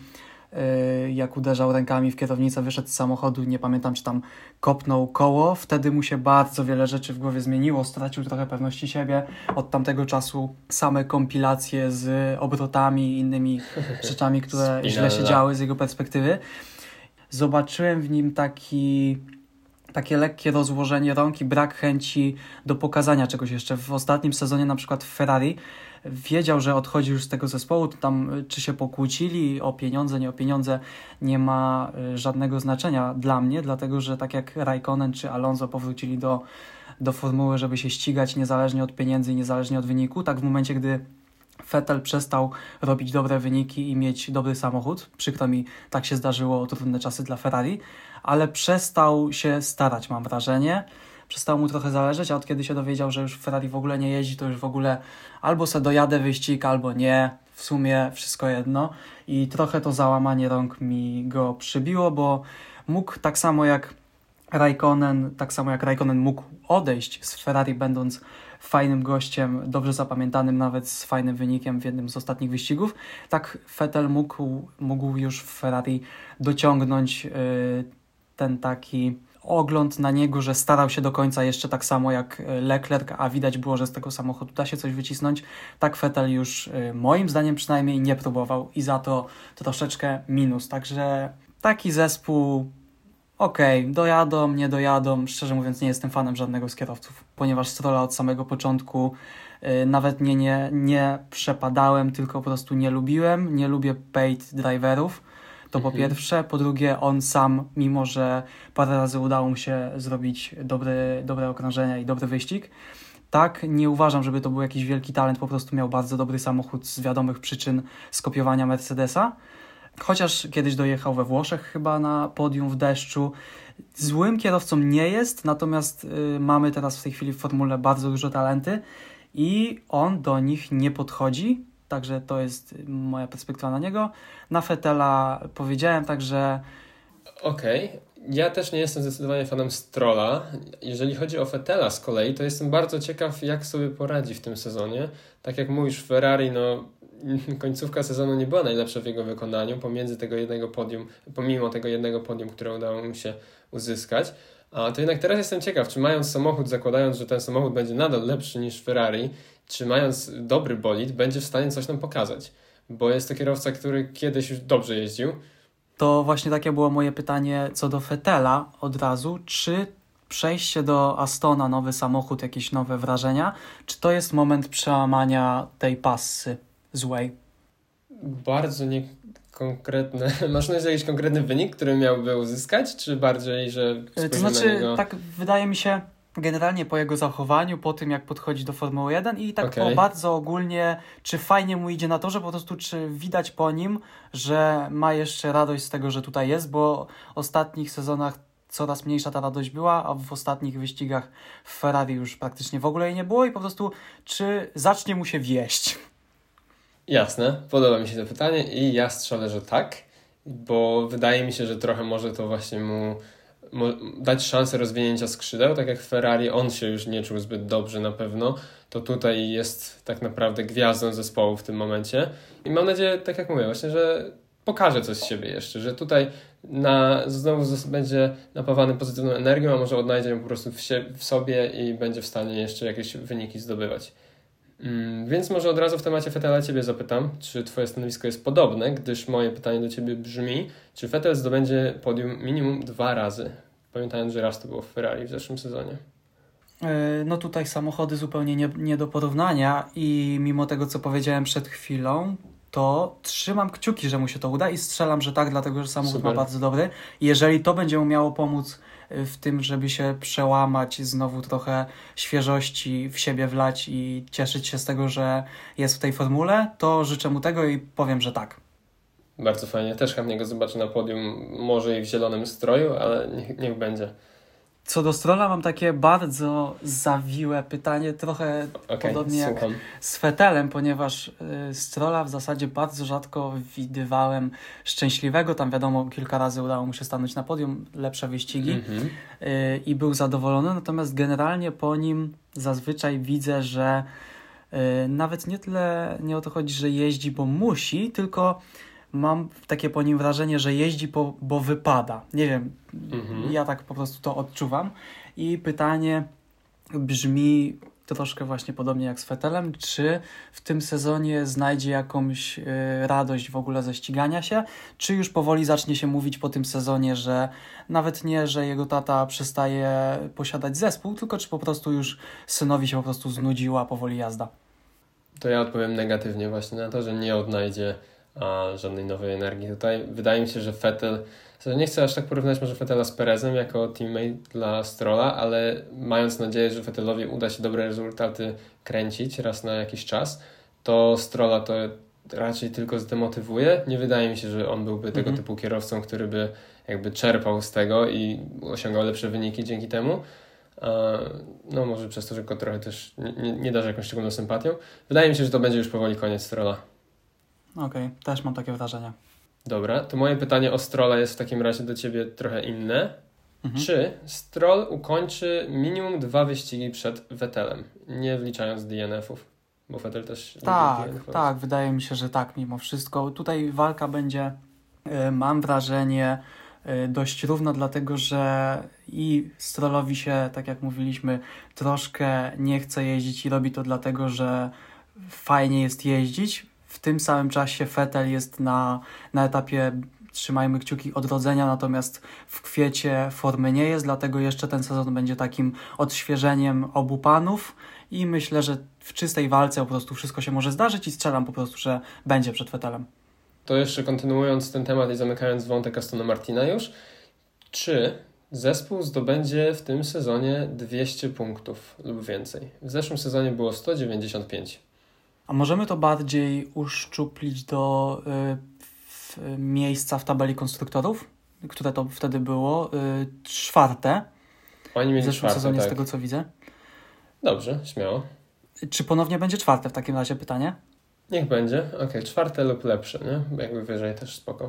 jak uderzał rękami w kierownicę, wyszedł z samochodu, nie pamiętam, czy tam kopnął koło, wtedy mu się bardzo wiele rzeczy w głowie zmieniło, stracił trochę pewności siebie. Od tamtego czasu same kompilacje z obrotami i innymi rzeczami, które źle się działy z jego perspektywy. Zobaczyłem w nim taki... takie lekkie rozłożenie rąk i brak chęci do pokazania czegoś jeszcze. W ostatnim sezonie, na przykład w Ferrari, wiedział, że odchodzi już z tego zespołu, to tam czy się pokłócili o pieniądze, nie o pieniądze, nie ma żadnego znaczenia dla mnie, dlatego że tak jak Raikkonen czy Alonso powrócili do, do formuły, żeby się ścigać niezależnie od pieniędzy i niezależnie od wyniku, tak w momencie, gdy Vettel przestał robić dobre wyniki i mieć dobry samochód, przykro mi, tak się zdarzyło, trudne czasy dla Ferrari, ale przestał się starać, mam wrażenie. Przestało mu trochę zależeć, a od kiedy się dowiedział, że już Ferrari w ogóle nie jeździ, to już w ogóle albo se dojadę wyścig, albo nie. W sumie wszystko jedno. I trochę to załamanie rąk mi go przybiło, bo mógł tak samo jak Raikkonen, tak samo jak Raikkonen mógł odejść z Ferrari, będąc fajnym gościem, dobrze zapamiętanym, nawet z fajnym wynikiem w jednym z ostatnich wyścigów, tak Vettel mógł, mógł już w Ferrari dociągnąć yy, ten taki ogląd na niego, że starał się do końca jeszcze tak samo jak Leclerc, a widać było, że z tego samochodu da się coś wycisnąć. Tak Vettel już yy, moim zdaniem przynajmniej nie próbował i za to troszeczkę minus. Także taki zespół okej, okay, dojadą, nie dojadą. Szczerze mówiąc nie jestem fanem żadnego z kierowców, ponieważ Strolla od samego początku yy, nawet nie, nie, nie przepadałem, tylko po prostu nie lubiłem. Nie lubię paid driverów. To po pierwsze. Po drugie, on sam, mimo że parę razy udało mu się zrobić dobre, dobre okrążenia i dobry wyścig, tak, nie uważam, żeby to był jakiś wielki talent, po prostu miał bardzo dobry samochód z wiadomych przyczyn skopiowania Mercedesa. Chociaż kiedyś dojechał we Włoszech chyba na podium w deszczu. Złym kierowcą nie jest, natomiast y, mamy teraz w tej chwili w formule bardzo dużo talenty i on do nich nie podchodzi. Także to jest moja perspektywa na niego. Na Vettela powiedziałem, także... Okej. Okay. Ja też nie jestem zdecydowanie fanem Strolla. Jeżeli chodzi o Vettela z kolei, to jestem bardzo ciekaw, jak sobie poradzi w tym sezonie. Tak jak mówisz, Ferrari, no końcówka sezonu nie była najlepsza w jego wykonaniu, pomiędzy tego jednego podium, pomimo tego jednego podium, które udało mu się uzyskać. A to jednak teraz jestem ciekaw, czy mając samochód, zakładając, że ten samochód będzie nadal lepszy niż Ferrari, czy mając dobry bolid, będzie w stanie coś nam pokazać. Bo jest to kierowca, który kiedyś już dobrze jeździł. To właśnie takie było moje pytanie co do Vettela od razu. Czy przejście do Astona, nowy samochód, jakieś nowe wrażenia, czy to jest moment przełamania tej passy złej? Bardzo niekonkretne. Masz na myśli jakiś konkretny wynik, który miałby uzyskać, czy bardziej, że to znaczy, na niego... tak wydaje mi się, generalnie po jego zachowaniu, po tym jak podchodzi do Formuły jeden i tak okay. po bardzo ogólnie, czy fajnie mu idzie na torze, po prostu czy widać po nim, że ma jeszcze radość z tego, że tutaj jest, bo w ostatnich sezonach coraz mniejsza ta radość była, a w ostatnich wyścigach w Ferrari już praktycznie w ogóle jej nie było i po prostu czy zacznie mu się wieść? Jasne, podoba mi się to pytanie i ja strzelę, że tak, bo wydaje mi się, że trochę może to właśnie mu dać szansę rozwinięcia skrzydeł, tak jak w Ferrari on się już nie czuł zbyt dobrze na pewno, to tutaj jest tak naprawdę gwiazdą zespołu w tym momencie i mam nadzieję, tak jak mówię, właśnie, że pokaże coś z siebie jeszcze, że tutaj na, znowu będzie napawany pozytywną energią, a może odnajdzie ją po prostu w, sie, w sobie i będzie w stanie jeszcze jakieś wyniki zdobywać. Mm, więc może od razu w temacie Vettela Ciebie zapytam, czy Twoje stanowisko jest podobne, gdyż moje pytanie do Ciebie brzmi, czy Vettel zdobędzie podium minimum dwa razy, pamiętając, że raz to było w Ferrari w zeszłym sezonie. No tutaj samochody zupełnie nie, nie do porównania i mimo tego, co powiedziałem przed chwilą, to trzymam kciuki, że mu się to uda i strzelam, że tak, dlatego, że samochód Super. ma bardzo dobry. I jeżeli to będzie mu miało pomóc w tym, żeby się przełamać, znowu trochę świeżości w siebie wlać i cieszyć się z tego, że jest w tej formule, to życzę mu tego i powiem, że tak. Bardzo fajnie. Też chętnie go zobaczę na podium, może i w zielonym stroju, ale niech, niech będzie. Co do Strolla mam takie bardzo zawiłe pytanie, trochę okay, podobnie słucham. jak z Vettelem, ponieważ y, Strolla w zasadzie bardzo rzadko widywałem szczęśliwego. Tam wiadomo, kilka razy udało mu się stanąć na podium, lepsze wyścigi mm-hmm. y, i był zadowolony. Natomiast generalnie po nim zazwyczaj widzę, że y, nawet nie tyle nie o to chodzi, że jeździ, bo musi, tylko mam takie po nim wrażenie, że jeździ, po, bo wypada. Nie wiem, mhm. ja tak po prostu to odczuwam. I pytanie brzmi troszkę właśnie podobnie jak z Vettelem, czy w tym sezonie znajdzie jakąś y, radość w ogóle ze ścigania się, czy już powoli zacznie się mówić po tym sezonie, że nawet nie, że jego tata przestaje posiadać zespół, tylko czy po prostu już synowi się po prostu znudziła powoli jazda. To ja odpowiem negatywnie właśnie na to, że nie odnajdzie a żadnej nowej energii. Tutaj wydaje mi się, że Vettel, nie chcę aż tak porównać może Vettela z Perezem jako teammate dla Strolla, ale mając nadzieję, że Vettelowi uda się dobre rezultaty kręcić raz na jakiś czas, to Strolla to raczej tylko zdemotywuje. Nie wydaje mi się, że on byłby tego mm-hmm. typu kierowcą, który by jakby czerpał z tego i osiągał lepsze wyniki dzięki temu. No może przez to, że go trochę też nie, nie darzy jakąś szczególną sympatią. Wydaje mi się, że to będzie już powoli koniec Strolla. Okej, okay, też mam takie wrażenie. Dobra, to moje pytanie o Strolla jest w takim razie do Ciebie trochę inne. Mhm. Czy Stroll ukończy minimum dwa wyścigi przed Vettelem, nie wliczając D N F-ów? Bo Vettel też... Tak, tak, wydaje mi się, że tak mimo wszystko. Tutaj walka będzie, y, mam wrażenie, y, dość równa, dlatego że i Strollowi się, tak jak mówiliśmy, troszkę nie chce jeździć i robi to dlatego, że fajnie jest jeździć. W tym samym czasie Vettel jest na, na etapie, trzymajmy kciuki, odrodzenia, natomiast w kwiecie formy nie jest, dlatego jeszcze ten sezon będzie takim odświeżeniem obu panów i myślę, że w czystej walce po prostu wszystko się może zdarzyć i strzelam po prostu, że będzie przed Vettelem. To jeszcze kontynuując ten temat i zamykając wątek Astona Martina już, czy zespół zdobędzie w tym sezonie dwieście punktów lub więcej? W zeszłym sezonie było sto dziewięćdziesiąt pięć. A możemy to bardziej uszczuplić do y, w, miejsca w tabeli konstruktorów, które to wtedy było, y, czwarte. Oni mieli w zeszłym czwarte, sezonie tak. z tego co widzę. Dobrze, śmiało. Czy ponownie będzie czwarte w takim razie pytanie? Niech będzie. Okej, okay, czwarte lub lepsze, nie? Jakby wyżej też spoko.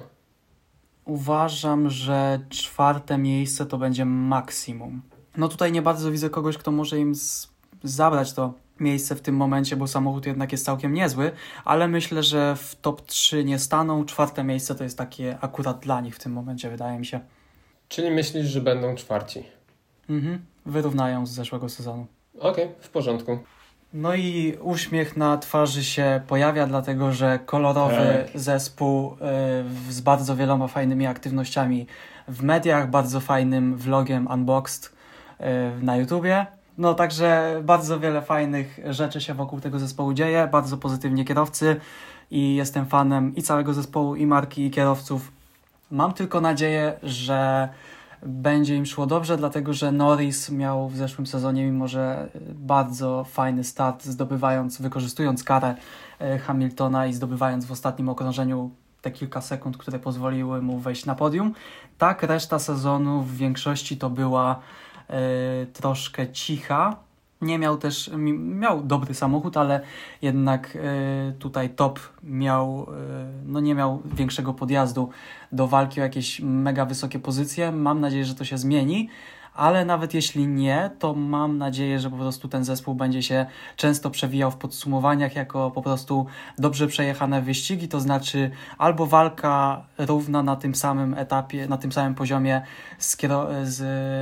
Uważam, że czwarte miejsce to będzie maksimum. No tutaj nie bardzo widzę kogoś, kto może im z, zabrać to miejsce w tym momencie, bo samochód jednak jest całkiem niezły, ale myślę, że w top trzy nie staną. Czwarte miejsce to jest takie akurat dla nich w tym momencie, wydaje mi się. Czyli myślisz, że będą czwarci? Mhm, wyrównają z zeszłego sezonu. Okej, okay, w porządku. No i uśmiech na twarzy się pojawia, dlatego że kolorowy tak. zespół y, z bardzo wieloma fajnymi aktywnościami w mediach, bardzo fajnym vlogiem Unboxed y, na YouTubie. No także bardzo wiele fajnych rzeczy się wokół tego zespołu dzieje, bardzo pozytywnie kierowcy i jestem fanem i całego zespołu, i marki, i kierowców. Mam tylko nadzieję, że będzie im szło dobrze, dlatego że Norris miał w zeszłym sezonie, mimo że bardzo fajny start, zdobywając, wykorzystując karę Hamiltona i zdobywając w ostatnim okrążeniu te kilka sekund, które pozwoliły mu wejść na podium. Tak, reszta sezonu w większości to była y, troszkę cicha Nie miał też, miał dobry samochód, ale jednak y, tutaj top miał, y, no nie miał większego podjazdu do walki o jakieś mega wysokie pozycje. Mam nadzieję, że to się zmieni, ale nawet jeśli nie, to mam nadzieję, że po prostu ten zespół będzie się często przewijał w podsumowaniach jako po prostu dobrze przejechane wyścigi, to znaczy albo walka równa na tym samym etapie, na tym samym poziomie z, kiero- z,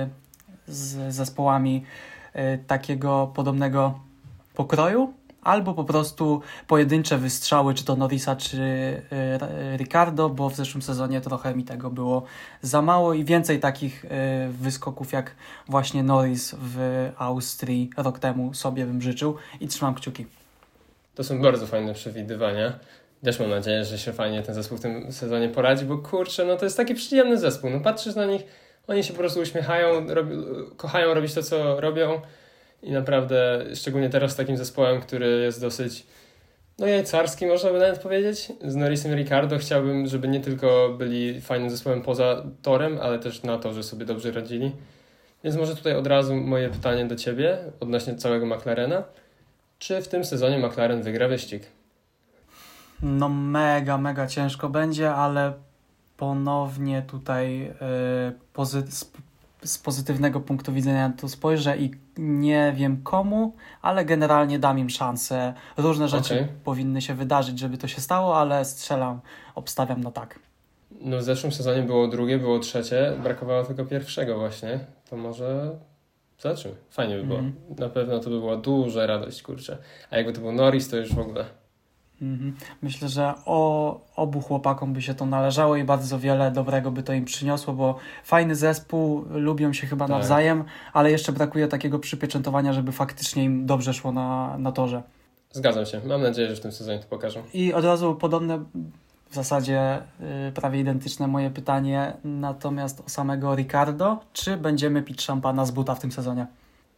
z zespołami takiego podobnego pokroju, albo po prostu pojedyncze wystrzały, czy to Norrisa, czy Ricciardo, bo w zeszłym sezonie trochę mi tego było za mało i więcej takich wyskoków jak właśnie Norris w Austrii rok temu sobie bym życzył i trzymam kciuki. To są bardzo fajne przewidywania. Też mam nadzieję, że się fajnie ten zespół w tym sezonie poradzi, bo kurczę, no to jest taki przyjemny zespół. No patrzysz na nich, oni się po prostu uśmiechają, robi, kochają robić to, co robią i naprawdę, szczególnie teraz z takim zespołem, który jest dosyć no jajcarski, można by nawet powiedzieć, z Norrisem i Ricciardo chciałbym, żeby nie tylko byli fajnym zespołem poza torem, ale też na torze sobie dobrze radzili. Więc może tutaj od razu moje pytanie do Ciebie odnośnie całego McLarena. Czy w tym sezonie McLaren wygra wyścig? No mega, mega ciężko będzie, ale ponownie tutaj yy, pozy- z, z pozytywnego punktu widzenia tu spojrzę i nie wiem komu, ale generalnie dam im szansę. Różne rzeczy okay. powinny się wydarzyć, żeby to się stało, ale strzelam, obstawiam na tak. No w zeszłym sezonie było drugie, było trzecie, brakowało tylko pierwszego właśnie. To może zobaczymy. Fajnie by było. Mm. Na pewno to by była duża radość, kurczę. A jakby to był Norris, to już w ogóle... Myślę, że o obu chłopakom by się to należało i bardzo wiele dobrego by to im przyniosło, bo fajny zespół, lubią się chyba tak. nawzajem, ale jeszcze brakuje takiego przypieczętowania, żeby faktycznie im dobrze szło na, na torze. Zgadzam się. Mam nadzieję, że w tym sezonie to pokażą. I od razu podobne, w zasadzie yy, prawie identyczne moje pytanie, natomiast o samego Ricciardo. Czy będziemy pić szampana z buta w tym sezonie?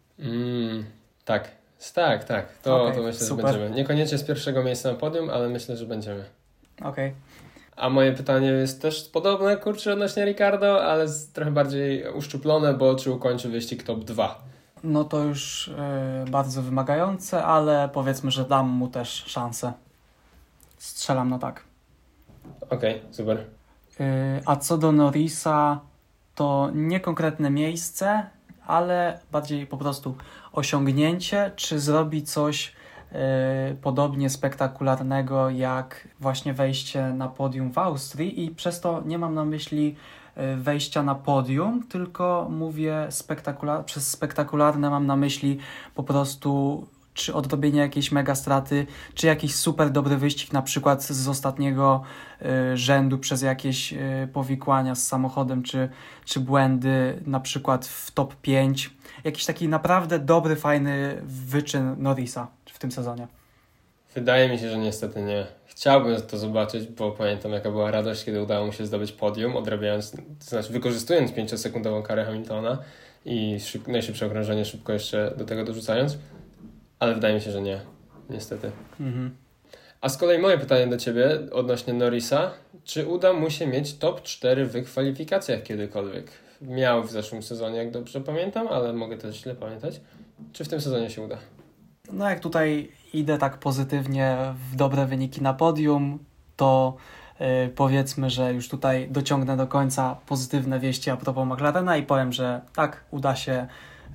Mm, tak. Tak, tak. To, okay, to myślę, super. że będziemy. Niekoniecznie z pierwszego miejsca na podium, ale myślę, że będziemy. Okej. Okay. A moje pytanie jest też podobne, kurczę, odnośnie Ricciardo, ale trochę bardziej uszczuplone, bo czy ukończy wyścig top dwa? No to już yy, bardzo wymagające, ale powiedzmy, że dam mu też szansę. Strzelam na tak. Okej, okay, super. Yy, a co do Norrisa, to nie konkretne miejsce, ale bardziej po prostu osiągnięcie, czy zrobi coś yy, podobnie spektakularnego jak właśnie wejście na podium w Austrii i przez to nie mam na myśli yy, wejścia na podium, tylko mówię spektakular- przez spektakularne mam na myśli po prostu czy odrobienie jakiejś mega straty, czy jakiś super dobry wyścig, na przykład z ostatniego y, rzędu przez jakieś y, powikłania z samochodem, czy, czy błędy, na przykład w top pięć. Jakiś taki naprawdę dobry, fajny wyczyn Norrisa w tym sezonie. Wydaje mi się, że niestety nie. Chciałbym to zobaczyć, bo pamiętam jaka była radość, kiedy udało mu się zdobyć podium, odrabiając, to znaczy wykorzystując pięciosekundową karę Hamiltona i szyb, najszybsze okrążenie szybko jeszcze do tego dorzucając. Ale wydaje mi się, że nie. Niestety. Mhm. A z kolei moje pytanie do Ciebie odnośnie Norrisa. Czy uda mu się mieć top cztery w kwalifikacjach kiedykolwiek? Miał w zeszłym sezonie, jak dobrze pamiętam, ale mogę też źle pamiętać. Czy w tym sezonie się uda? No jak tutaj idę tak pozytywnie w dobre wyniki na podium, to yy, powiedzmy, że już tutaj dociągnę do końca pozytywne wieści a propos McLarena i powiem, że tak, uda się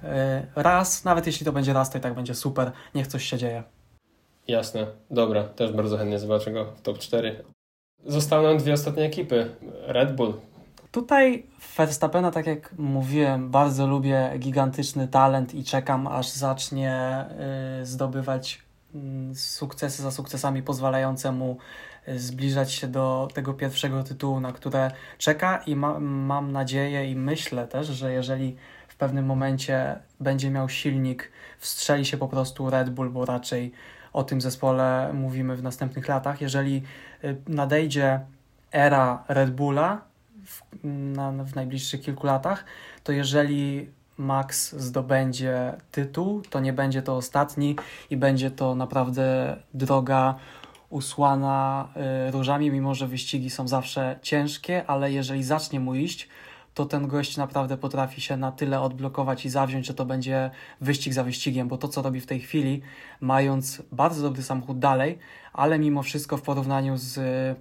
raz, nawet jeśli to będzie raz, to i tak będzie super, niech coś się dzieje. Jasne, dobra, też bardzo chętnie zobaczę go w top cztery. Zostaną dwie ostatnie ekipy, Red Bull. Tutaj Verstappena, tak jak mówiłem, bardzo lubię gigantyczny talent i czekam, aż zacznie y, zdobywać y, sukcesy za sukcesami pozwalające mu y, zbliżać się do tego pierwszego tytułu, na które czeka i ma, mam nadzieję i myślę też, że jeżeli w pewnym momencie będzie miał silnik, wstrzeli się po prostu Red Bull, bo raczej o tym zespole mówimy w następnych latach. Jeżeli nadejdzie era Red Bulla w, na, w najbliższych kilku latach, to jeżeli Max zdobędzie tytuł, to nie będzie to ostatni i będzie to naprawdę droga usłana y, różami, mimo że wyścigi są zawsze ciężkie, ale jeżeli zacznie mu iść, to ten gość naprawdę potrafi się na tyle odblokować i zawziąć, że to będzie wyścig za wyścigiem, bo to, co robi w tej chwili, mając bardzo dobry samochód dalej, ale mimo wszystko w porównaniu z,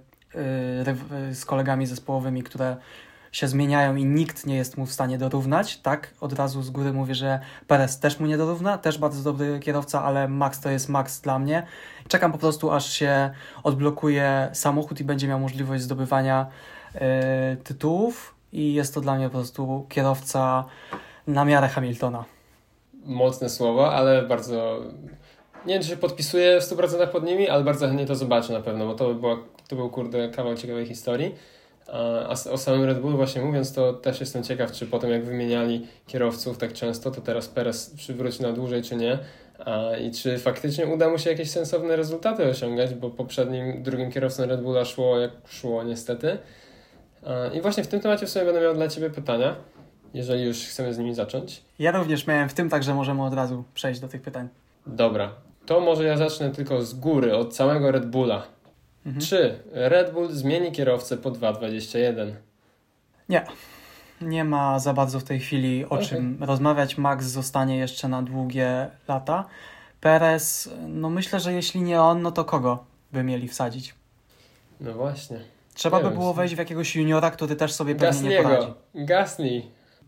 yy, z kolegami zespołowymi, które się zmieniają i nikt nie jest mu w stanie dorównać, tak? Od razu z góry mówię, że Perez też mu nie dorówna, też bardzo dobry kierowca, ale Max to jest Max dla mnie. Czekam po prostu, aż się odblokuje samochód i będzie miał możliwość zdobywania yy, tytułów i jest to dla mnie po prostu kierowca na miarę Hamiltona. Mocne słowa, ale bardzo... Nie wiem, czy się podpisuję w stu procentach pod nimi, ale bardzo chętnie to zobaczę na pewno, bo to, by była, to był kurde kawał ciekawej historii. A o samym Red Bullu właśnie mówiąc, to też jestem ciekaw, czy potem jak wymieniali kierowców tak często, to teraz Perez przywróci na dłużej, czy nie. A, I czy faktycznie uda mu się jakieś sensowne rezultaty osiągać, bo poprzednim, drugim kierowcą Red Bulla szło jak szło niestety. A, I właśnie w tym temacie w sumie będę miał dla Ciebie pytania, jeżeli już chcemy z nimi zacząć. Ja również miałem w tym, także możemy od razu przejść do tych pytań. Dobra, to może ja zacznę tylko z góry, od całego Red Bulla. Mhm. Czy Red Bull zmieni kierowcę po dwa dwadzieścia jeden? Nie. Nie ma za bardzo w tej chwili o okay. czym rozmawiać. Max zostanie jeszcze na długie lata. Perez, no myślę, że jeśli nie on, no to kogo by mieli wsadzić? No właśnie. Trzeba nie by wiem, było wejść w jakiegoś juniora, który też sobie pewnie nie poradzi. Gasly.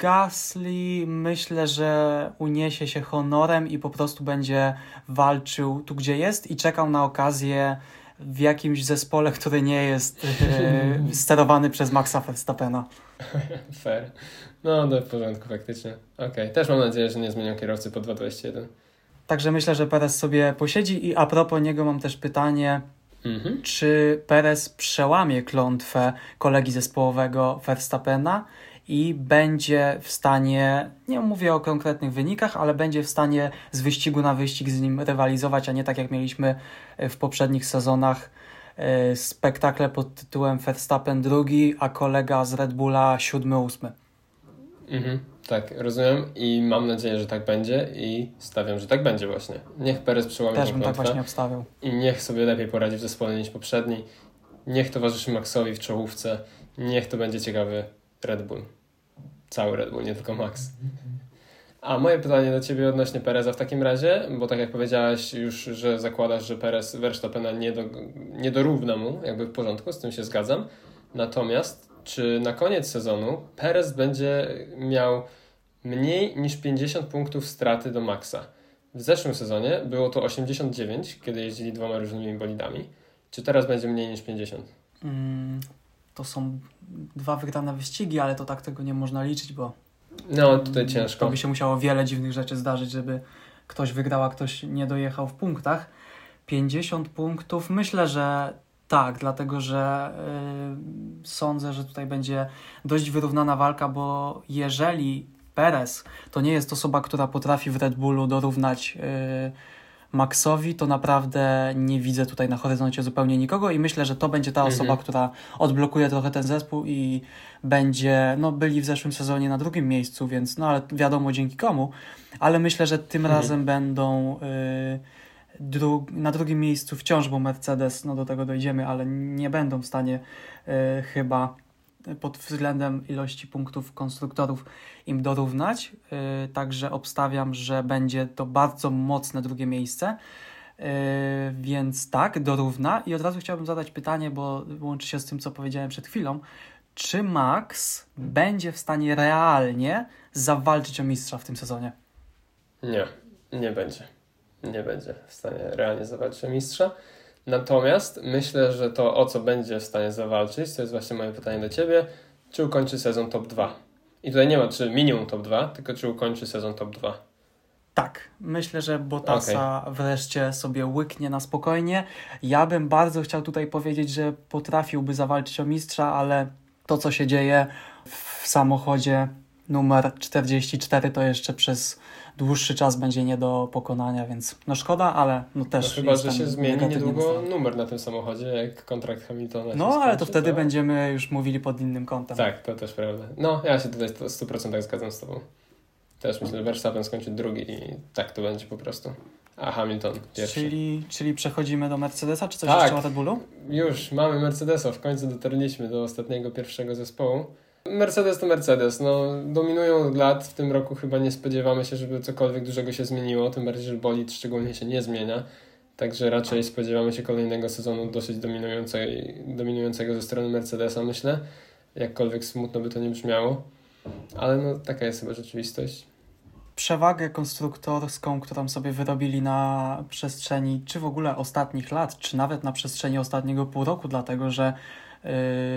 Gasly myślę, że uniesie się honorem i po prostu będzie walczył tu, gdzie jest i czekał na okazję w jakimś zespole, który nie jest e, sterowany przez Maxa Verstappena. Fair. No, no w porządku faktycznie. Okej, okay. Też mam nadzieję, że nie zmienią kierowcy po dwa dwadzieścia jeden. Także myślę, że Perez sobie posiedzi i a propos niego mam też pytanie, mm-hmm. czy Perez przełamie klątwę kolegi zespołowego Verstappena i będzie w stanie, nie mówię o konkretnych wynikach, ale będzie w stanie z wyścigu na wyścig z nim rywalizować, a nie tak jak mieliśmy w poprzednich sezonach e, spektakle pod tytułem Verstappen drugi, a kolega z Red Bulla siódmy, ósmy. Mhm, tak, rozumiem i mam nadzieję, że tak będzie i stawiam, że tak będzie właśnie. Niech Perez przełamie Też bym tak właśnie obstawiał. I niech sobie lepiej poradzi w zespole niż poprzedni. Niech towarzyszy Maxowi w czołówce. Niech to będzie ciekawy Red Bull. Cały Red Bull, nie tylko Max. A moje pytanie do Ciebie odnośnie Pereza w takim razie, bo tak jak powiedziałaś już, że zakładasz, że Perez Verstappena nie, do, nie dorówna mu, jakby w porządku, z tym się zgadzam. Natomiast czy na koniec sezonu Perez będzie miał mniej niż pięćdziesiąt punktów straty do Maxa? W zeszłym sezonie było to osiemdziesiąt dziewięć, kiedy jeździli dwoma różnymi bolidami. Czy teraz będzie mniej niż pięćdziesiąt? Mm, to są dwa wygrane wyścigi, ale to tak tego nie można liczyć, bo no tutaj ciężko. To by się musiało wiele dziwnych rzeczy zdarzyć, żeby ktoś wygrał, a ktoś nie dojechał w punktach. pięćdziesiąt punktów, myślę, że tak, dlatego że yy, sądzę, że tutaj będzie dość wyrównana walka, bo jeżeli Perez to nie jest osoba, która potrafi w Red Bullu dorównać yy, Maxowi, to naprawdę nie widzę tutaj na horyzoncie zupełnie nikogo i myślę, że to będzie ta osoba, mhm. która odblokuje trochę ten zespół i będzie, no byli w zeszłym sezonie na drugim miejscu, więc no ale wiadomo dzięki komu, ale myślę, że tym mhm. razem będą y, dru- na drugim miejscu wciąż, bo Mercedes, no do tego dojdziemy, ale nie będą w stanie y, chyba pod względem ilości punktów konstruktorów im dorównać, yy, także obstawiam, że będzie to bardzo mocne drugie miejsce, yy, więc tak, dorówna i od razu chciałbym zadać pytanie, bo łączy się z tym, co powiedziałem przed chwilą, czy Max będzie w stanie realnie zawalczyć o mistrza w tym sezonie? Nie, nie będzie. Nie będzie w stanie realnie zawalczyć o mistrza. Natomiast myślę, że to o co będzie w stanie zawalczyć, to jest właśnie moje pytanie do Ciebie, czy ukończy sezon top dwa? I tutaj nie ma czy minimum top dwa, tylko czy ukończy sezon top dwa? Tak, myślę, że Bottasa okay. wreszcie sobie łyknie na spokojnie. Ja bym bardzo chciał tutaj powiedzieć, że potrafiłby zawalczyć o mistrza, ale to co się dzieje w samochodzie numer czterdzieści cztery to jeszcze przez dłuższy czas będzie nie do pokonania, więc no szkoda, ale no też... No chyba, że się zmieni niedługo numer na tym samochodzie, jak kontrakt Hamiltona. No, ale to wtedy to... będziemy już mówili pod innym kątem. Tak, to też prawda. No, ja się tutaj w stu procentach zgadzam z Tobą. Też myślę, że Verstappen skończy drugi i tak to będzie po prostu. A Hamilton pierwszy. Czyli, czyli przechodzimy do Mercedesa, czy coś tak, jeszcze o Red Bullu? Już, mamy Mercedesa, w końcu dotarliśmy do ostatniego pierwszego zespołu. Mercedes to Mercedes, no dominują od lat, w tym roku chyba nie spodziewamy się, żeby cokolwiek dużego się zmieniło, tym bardziej, że bolid szczególnie się nie zmienia, także raczej spodziewamy się kolejnego sezonu dosyć dominującego ze strony Mercedesa, myślę, jakkolwiek smutno by to nie brzmiało, ale no taka jest chyba rzeczywistość. Przewagę konstruktorską, którą sobie wyrobili na przestrzeni czy w ogóle ostatnich lat, czy nawet na przestrzeni ostatniego pół roku, dlatego że yy,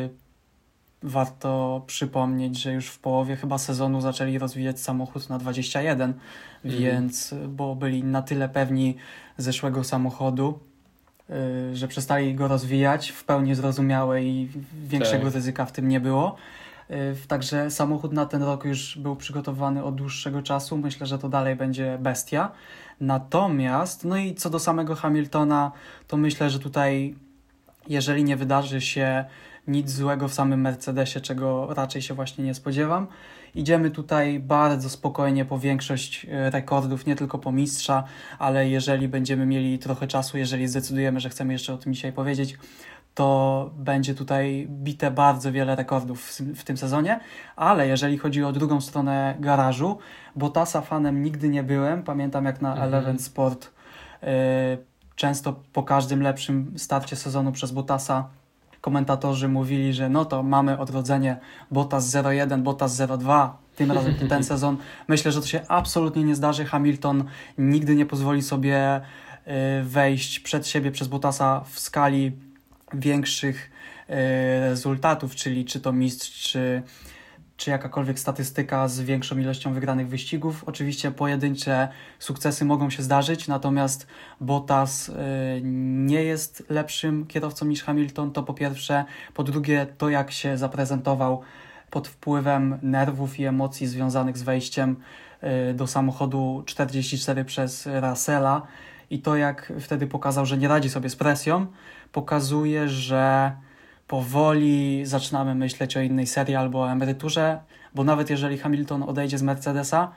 warto przypomnieć, że już w połowie chyba sezonu zaczęli rozwijać samochód na dwadzieścia jeden, mm. więc bo byli na tyle pewni zeszłego samochodu, yy, że przestali go rozwijać w pełni zrozumiałe i większego tak. ryzyka w tym nie było. Także samochód na ten rok już był przygotowany od dłuższego czasu. Myślę, że to dalej będzie bestia. Natomiast, no i co do samego Hamiltona, to myślę, że tutaj, jeżeli nie wydarzy się nic złego w samym Mercedesie, czego raczej się właśnie nie spodziewam, idziemy tutaj bardzo spokojnie po większość rekordów, nie tylko po mistrza, ale jeżeli będziemy mieli trochę czasu, jeżeli zdecydujemy, że chcemy jeszcze o tym dzisiaj powiedzieć, to będzie tutaj bite bardzo wiele rekordów w, w tym sezonie, ale jeżeli chodzi o drugą stronę garażu, Bottasa fanem nigdy nie byłem. Pamiętam jak na mhm. Eleven Sport y, często po każdym lepszym starcie sezonu przez Bottasa komentatorzy mówili, że no to mamy odrodzenie Bottas zero jeden, Bottas zero dwa, tym razem to ten sezon. Myślę, że to się absolutnie nie zdarzy. Hamilton nigdy nie pozwoli sobie y, wejść przed siebie przez Bottasa w skali większych y, rezultatów, czyli czy to mistrz, czy, czy jakakolwiek statystyka z większą ilością wygranych wyścigów. Oczywiście pojedyncze sukcesy mogą się zdarzyć, natomiast Bottas y, nie jest lepszym kierowcą niż Hamilton, to po pierwsze. Po drugie, to jak się zaprezentował pod wpływem nerwów i emocji związanych z wejściem y, do samochodu czterdzieści cztery przez Russella i to jak wtedy pokazał, że nie radzi sobie z presją, pokazuje, że powoli zaczynamy myśleć o innej serii albo o emeryturze, bo nawet jeżeli Hamilton odejdzie z Mercedesa,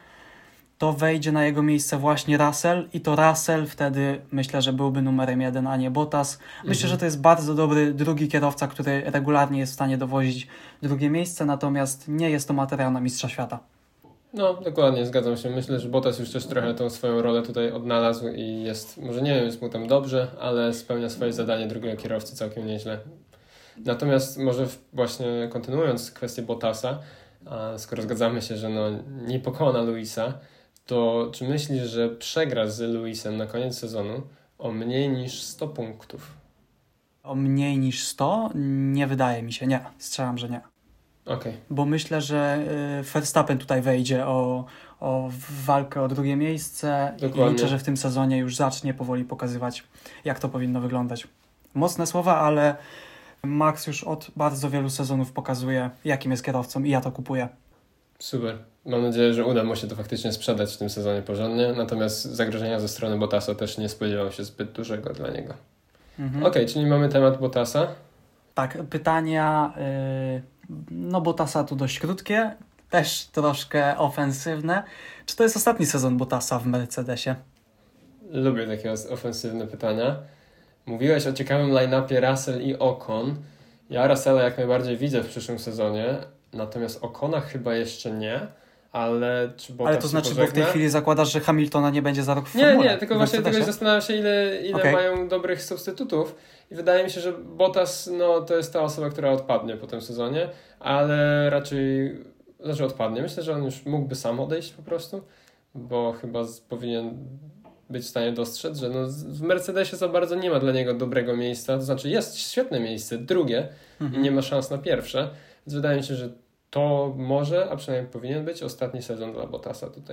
to wejdzie na jego miejsce właśnie Russell i to Russell wtedy myślę, że byłby numerem jeden, a nie Bottas. Myślę, mhm. że to jest bardzo dobry drugi kierowca, który regularnie jest w stanie dowozić drugie miejsce, natomiast nie jest to materiał na mistrza świata. No, dokładnie, zgadzam się. Myślę, że Bottas już też trochę tą swoją rolę tutaj odnalazł i jest, może nie wiem, jest mu tam dobrze, ale spełnia swoje zadanie drugiego kierowcy całkiem nieźle. Natomiast może właśnie kontynuując kwestię Bottasa, a skoro zgadzamy się, że no nie pokona Luisa, to czy myślisz, że przegra z Luisem na koniec sezonu o mniej niż sto punktów? O mniej niż sto? Nie wydaje mi się, nie. Strzelam, że nie. Okay. Bo myślę, że Verstappen tutaj wejdzie o, o walkę o drugie miejsce. Dokładnie. I liczę, że w tym sezonie już zacznie powoli pokazywać, jak to powinno wyglądać. Mocne słowa, ale Max już od bardzo wielu sezonów pokazuje, jakim jest kierowcą i ja to kupuję. Super. Mam nadzieję, że uda mu się to faktycznie sprzedać w tym sezonie porządnie, natomiast zagrożenia ze strony Bottasa też nie spodziewam się zbyt dużego dla niego. Mhm. Okej, okay, czyli mamy temat Bottasa. Tak, pytania... Yy... No Bottasa tu dość krótkie, też troszkę ofensywne. Czy to jest ostatni sezon Bottasa w Mercedesie? Lubię takie ofensywne pytania. Mówiłeś o ciekawym line-upie Russell i Ocon. Ja Russella jak najbardziej widzę w przyszłym sezonie, natomiast Ocona chyba jeszcze nie. Ale czy Bottas Ale to znaczy, bo w tej chwili zakładasz, że Hamiltona nie będzie za rok w Nie, formule, nie, tylko właśnie tylko zastanawiam się, ile, ile okay. mają dobrych substytutów i wydaje mi się, że Bottas no, to jest ta osoba, która odpadnie po tym sezonie, ale raczej, znaczy odpadnie. Myślę, że on już mógłby sam odejść po prostu, bo chyba z, powinien być w stanie dostrzec, że no, w Mercedesie za bardzo nie ma dla niego dobrego miejsca, to znaczy jest świetne miejsce, drugie mhm. i nie ma szans na pierwsze, więc wydaje mi się, że to może, a przynajmniej powinien być ostatni sezon dla Bottasa tutaj.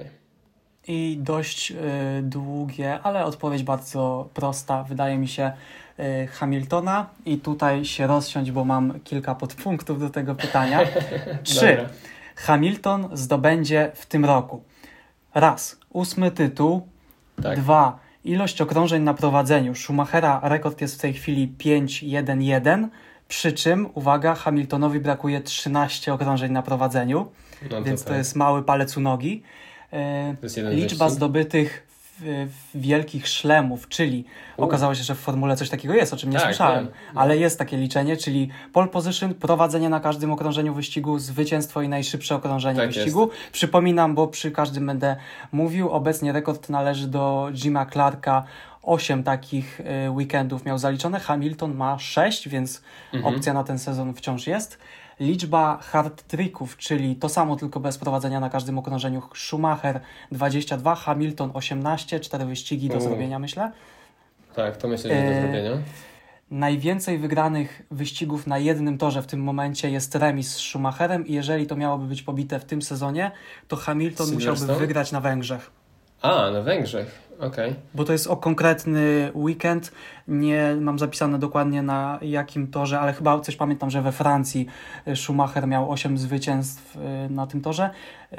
I dość y, długie, ale odpowiedź bardzo prosta, wydaje mi się, y, Hamiltona. I tutaj się rozsiąść, bo mam kilka podpunktów do tego pytania. Czy Hamilton zdobędzie w tym roku raz, ósmy tytuł, tak. dwa, ilość okrążeń na prowadzeniu. Schumachera rekord jest w tej chwili pięć jeden jeden. Przy czym, uwaga, Hamiltonowi brakuje trzynaście okrążeń na prowadzeniu, no to więc tak. to jest mały palec u nogi. E, liczba zdobytych w, w wielkich szlemów, czyli U. okazało się, że w formule coś takiego jest, o czym nie tak, słyszałem, wiem. ale jest takie liczenie, czyli pole position, prowadzenie na każdym okrążeniu wyścigu, zwycięstwo i najszybsze okrążenie tak wyścigu. Jest. Przypominam, bo przy każdym będę mówił, obecnie rekord należy do Jima Clarka. Osiem takich y, weekendów miał zaliczone, Hamilton ma sześć, więc mhm. opcja na ten sezon wciąż jest. Liczba hard tricków, czyli to samo, tylko bez prowadzenia na każdym okrążeniu. Schumacher dwadzieścia dwa, Hamilton osiemnaście, cztery wyścigi do U. zrobienia, myślę. Tak, to myślę, że do zrobienia. E, najwięcej wygranych wyścigów na jednym torze w tym momencie jest remis z Schumacherem i jeżeli to miałoby być pobite w tym sezonie, to Hamilton musiałby wygrać na Węgrzech. A, na Węgrzech. Okay. Bo to jest o konkretny weekend, nie mam zapisane dokładnie na jakim torze, ale chyba coś pamiętam, że we Francji Schumacher miał osiem zwycięstw na tym torze,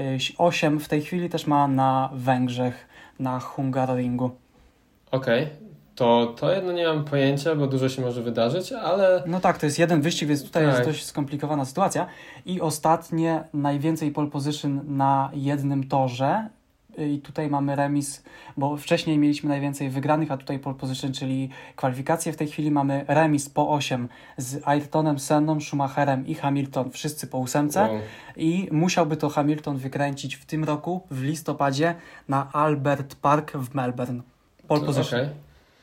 osiem w tej chwili też ma na Węgrzech, na Hungaroringu. Okej, okay. to, to jedno nie mam pojęcia, bo dużo się może wydarzyć, ale... No tak, to jest jeden wyścig, więc tutaj tak. jest dość skomplikowana sytuacja. I ostatnie, najwięcej pole position na jednym torze. I tutaj mamy remis, bo wcześniej mieliśmy najwięcej wygranych, a tutaj pole position, czyli kwalifikacje. W tej chwili mamy remis po osiem z Ayrtonem Senną, Schumacherem i Hamilton, wszyscy po ósemce. Wow. I musiałby to Hamilton wykręcić w tym roku, w listopadzie, na Albert Park w Melbourne. Pole position. Okay.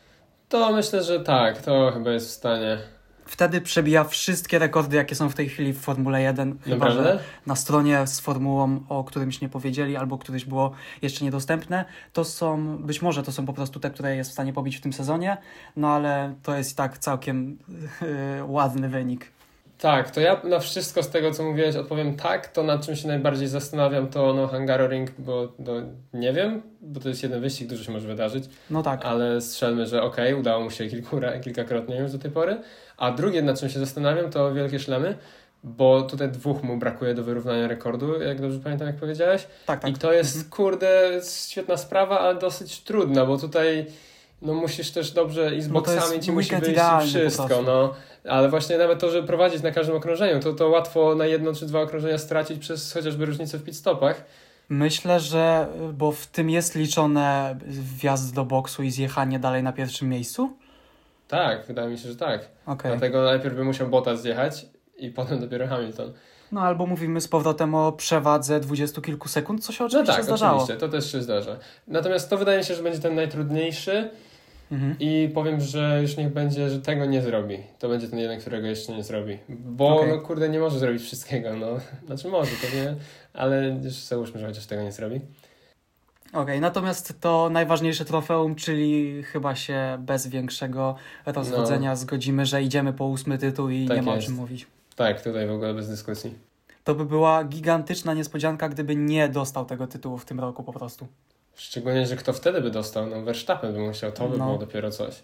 To myślę, że tak, to chyba jest w stanie... Wtedy przebija wszystkie rekordy, jakie są w tej chwili w Formule jeden. Chyba, że na stronie z formułą, o którymś nie powiedzieli, albo któryś było jeszcze niedostępne, to są, być może to są po prostu te, które jest w stanie pobić w tym sezonie, no ale to jest i tak całkiem yy, ładny wynik. Tak, to ja na wszystko z tego, co mówiłeś, odpowiem tak. To, nad czym się najbardziej zastanawiam, to no Hungaroring, bo no, nie wiem, bo to jest jeden wyścig, dużo się może wydarzyć. No tak. Ale strzelmy, że okej, okay, udało mu się kilku, kilkakrotnie już do tej pory. A drugie, nad czym się zastanawiam, to wielkie szlemy, bo tutaj dwóch mu brakuje do wyrównania rekordu, jak dobrze pamiętam, jak powiedziałeś. Tak, tak. I to jest, mhm. kurde, świetna sprawa, ale dosyć trudna, bo tutaj no musisz też dobrze i z boksami, ci musi wyjść wszystko, no. Ale właśnie nawet to, żeby prowadzić na każdym okrążeniu, to, to łatwo na jedno czy dwa okrążenia stracić przez chociażby różnicę w pit-stopach. Myślę, że, bo w tym jest liczone wjazd do boksu i zjechanie dalej na pierwszym miejscu? Tak, wydaje mi się, że tak. Okay. Dlatego najpierw by musiał Bottas zjechać i potem dopiero Hamilton. No albo mówimy z powrotem o przewadze dwudziestu kilku sekund, co się oczywiście no tak, zdarzało. oczywiście, to też się zdarza. Natomiast to wydaje mi się, że będzie ten najtrudniejszy mhm. i powiem, że już niech będzie, że tego nie zrobi. To będzie ten jeden, którego jeszcze nie zrobi. Bo okay. no kurde, nie może zrobić wszystkiego. No. Znaczy może, to nie, ale już załóżmy, że chociaż tego nie zrobi. Okej, okay, natomiast to najważniejsze trofeum, czyli chyba się bez większego rozwodzenia no. zgodzimy, że idziemy po ósmy tytuł i tak nie ma jest. o czym mówić. Tak, tutaj w ogóle bez dyskusji. To by była gigantyczna niespodzianka, gdyby nie dostał tego tytułu w tym roku po prostu. Szczególnie, że kto wtedy by dostał? No Verstappen by musiał, to by no. było dopiero coś.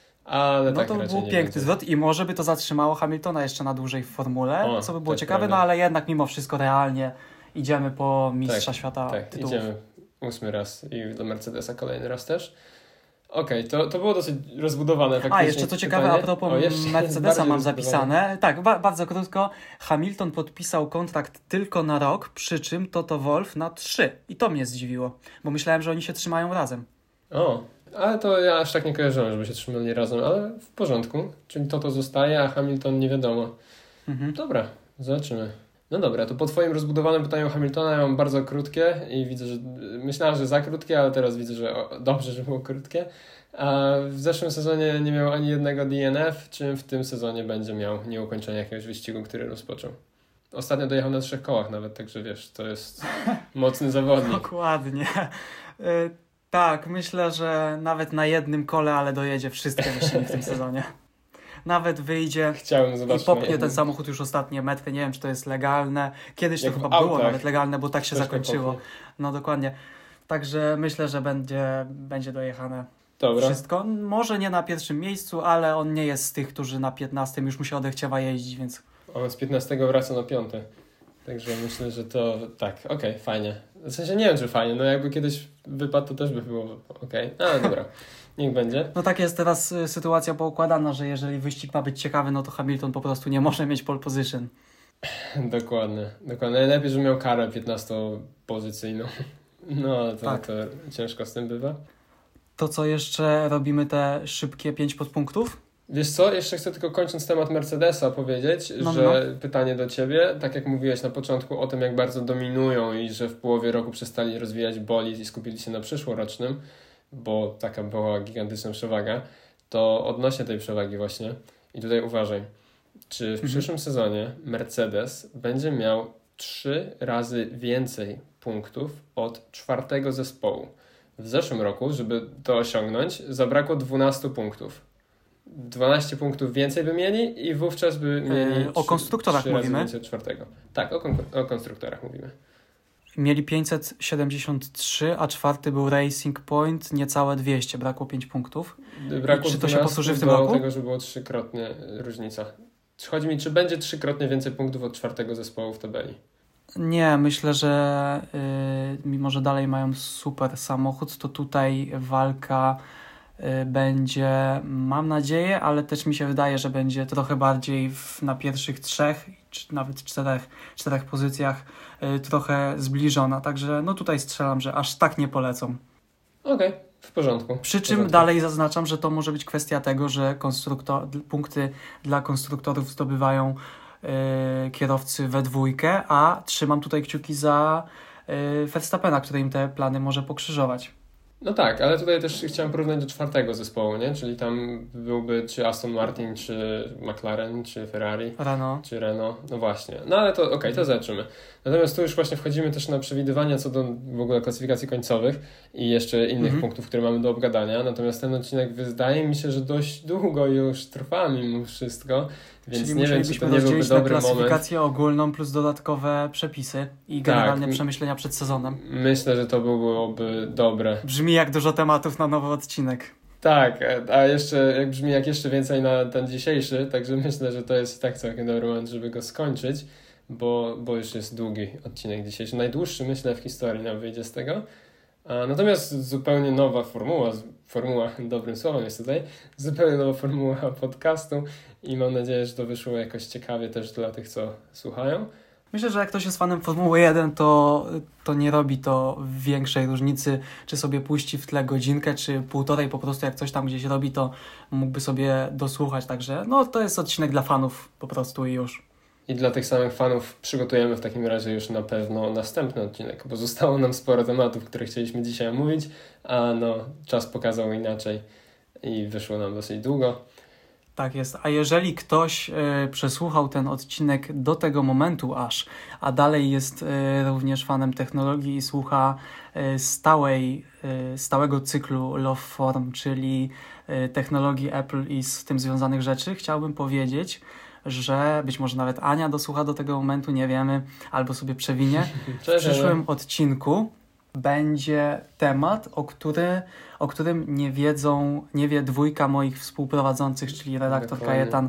Ale no tak to raczej był piękny zwrot i może by to zatrzymało Hamiltona jeszcze na dłużej w formule, o, co by było ciekawe, prawda. No ale jednak mimo wszystko realnie idziemy po mistrza tak, świata tak, tytułów. idziemy ósmy raz i do Mercedesa kolejny raz też. Okej, okay, to, to było dosyć rozbudowane faktycznie. A, jeszcze co ciekawe, a propos o, Mercedesa mam zapisane. Tak, ba- bardzo krótko. Hamilton podpisał kontrakt tylko na rok, przy czym Toto Wolff na trzy. I to mnie zdziwiło, bo myślałem, że oni się trzymają razem. O, ale to ja aż tak nie kojarzyłem, żeby się trzymali razem, ale w porządku. Czyli Toto zostaje, a Hamilton nie wiadomo. Mhm. Dobra, zobaczymy. No dobra, to po twoim rozbudowanym pytaniu Hamiltona ja mam bardzo krótkie i widzę, że myślałem, że za krótkie, ale teraz widzę, że o, dobrze, że było krótkie. A w zeszłym sezonie nie miał ani jednego D N F, czym w tym sezonie będzie miał nieukończenie jakiegoś wyścigu, który rozpoczął. Ostatnio dojechał na trzech kołach nawet, także wiesz, to jest mocny zawodnik. Dokładnie. Y- tak, myślę, że nawet na jednym kole, ale dojedzie wszystkie wyścigi w tym sezonie. Nawet wyjdzie i popnie ten samochód już ostatnie metry. Nie wiem, czy to jest legalne. Kiedyś to Jak chyba było nawet legalne, bo tak się Też zakończyło. No dokładnie. Także myślę, że będzie, będzie dojechane Dobra. wszystko. Może nie na pierwszym miejscu, ale on nie jest z tych, którzy na piętnastym już mu się odechciewa jeździć, więc... On z piętnastego wraca na piąty. Także myślę, że to tak, okej, okay, fajnie. W sensie nie wiem, czy fajnie. No jakby kiedyś wypadł, to też by było okej. Okay. Ale dobra. Niech będzie. No tak jest teraz y, sytuacja poukładana, że jeżeli wyścig ma być ciekawy, no to Hamilton po prostu nie może mieć pole position. Dokładnie. Dokładnie. Najlepiej, żeby miał karę piętnastopozycyjną. No, to, tak. to ciężko z tym bywa. To co jeszcze robimy te szybkie pięć podpunktów? Wiesz co, jeszcze chcę tylko kończąc temat Mercedesa powiedzieć, no, że no. pytanie do ciebie, tak jak mówiłeś na początku o tym, jak bardzo dominują i że w połowie roku przestali rozwijać bolid i skupili się na przyszłorocznym, bo taka była gigantyczna przewaga, to odnośnie tej przewagi właśnie i tutaj uważaj, czy w mhm. przyszłym sezonie Mercedes będzie miał trzy razy więcej punktów od czwartego zespołu. W zeszłym roku, żeby to osiągnąć, zabrakło dwanaście punktów. dwanaście punktów więcej by mieli i wówczas by mieli yy, o konstruktorach trzy razy mówimy? Więcej od czwartego. Tak, o, kon- o konstruktorach mówimy. Mieli pięćset siedemdziesiąt trzy, a czwarty był Racing Point, niecałe dwieście, brakło pięć punktów. Brakło czy to się powtórzy w tym do roku? tego, że było trzykrotnie różnica. Chodzi mi, czy będzie trzykrotnie więcej punktów od czwartego zespołu w tabeli? Nie, myślę, że yy, mimo, że dalej mają super samochód, to tutaj walka yy, będzie, mam nadzieję, ale też mi się wydaje, że będzie trochę bardziej w, na pierwszych trzech, czy nawet czterech, czterech pozycjach yy, trochę zbliżona. Także no tutaj strzelam, że aż tak nie polecą. Okej, okay, w porządku. Przy czym porządku. dalej zaznaczam, że to może być kwestia tego, że konstruktor, punkty dla konstruktorów zdobywają Yy, kierowcy we dwójkę, a trzymam tutaj kciuki za yy, Verstappena, który im te plany może pokrzyżować. No tak, ale tutaj też chciałem porównać do czwartego zespołu, nie? Czyli tam byłby czy Aston Martin, czy McLaren, czy Ferrari, Renault. czy Renault. No właśnie. No ale to okej, okay, to zobaczymy. Natomiast tu już właśnie wchodzimy też na przewidywania co do w ogóle klasyfikacji końcowych i jeszcze innych mhm. punktów, które mamy do obgadania. Natomiast ten odcinek wydaje mi się, że dość długo już trwa mimo wszystko. Więc Czyli nie wiem, czy to nie byłby dobry moment. Klasyfikację ogólną plus dodatkowe przepisy i generalnie tak, przemyślenia przed sezonem. Myślę, że to byłoby dobre. Brzmi jak dużo tematów na nowy odcinek. Tak, a jeszcze jak brzmi jak jeszcze więcej na ten dzisiejszy, także myślę, że to jest tak całkiem dobry moment, żeby go skończyć, bo, bo już jest długi odcinek dzisiejszy. Najdłuższy, myślę, w historii nam wyjdzie z tego. A, natomiast zupełnie nowa formuła, formuła dobrym słowem jest tutaj, zupełnie nowa formuła podcastu i mam nadzieję, że to wyszło jakoś ciekawie też dla tych, co słuchają. Myślę, że jak ktoś jest fanem Formuły jeden, to, to nie robi to większej różnicy, czy sobie puści w tle godzinkę, czy półtorej, po prostu jak coś tam gdzieś robi, to mógłby sobie dosłuchać, także no to jest odcinek dla fanów po prostu i już. I dla tych samych fanów przygotujemy w takim razie już na pewno następny odcinek, bo zostało nam sporo tematów, które chcieliśmy dzisiaj omówić, a no czas pokazał inaczej i wyszło nam dosyć długo. Tak jest, a jeżeli ktoś y, przesłuchał ten odcinek do tego momentu aż, a dalej jest y, również fanem technologii i słucha y, stałej, y, stałego cyklu Love Form, czyli y, technologii Apple i z tym związanych rzeczy, chciałbym powiedzieć, że być może nawet Ania dosłucha do tego momentu, nie wiemy, albo sobie przewinie. W przyszłym odcinku będzie temat, o, który, o którym nie wiedzą, nie wie dwójka moich współprowadzących, czyli redaktor Dokładnie. Kajetan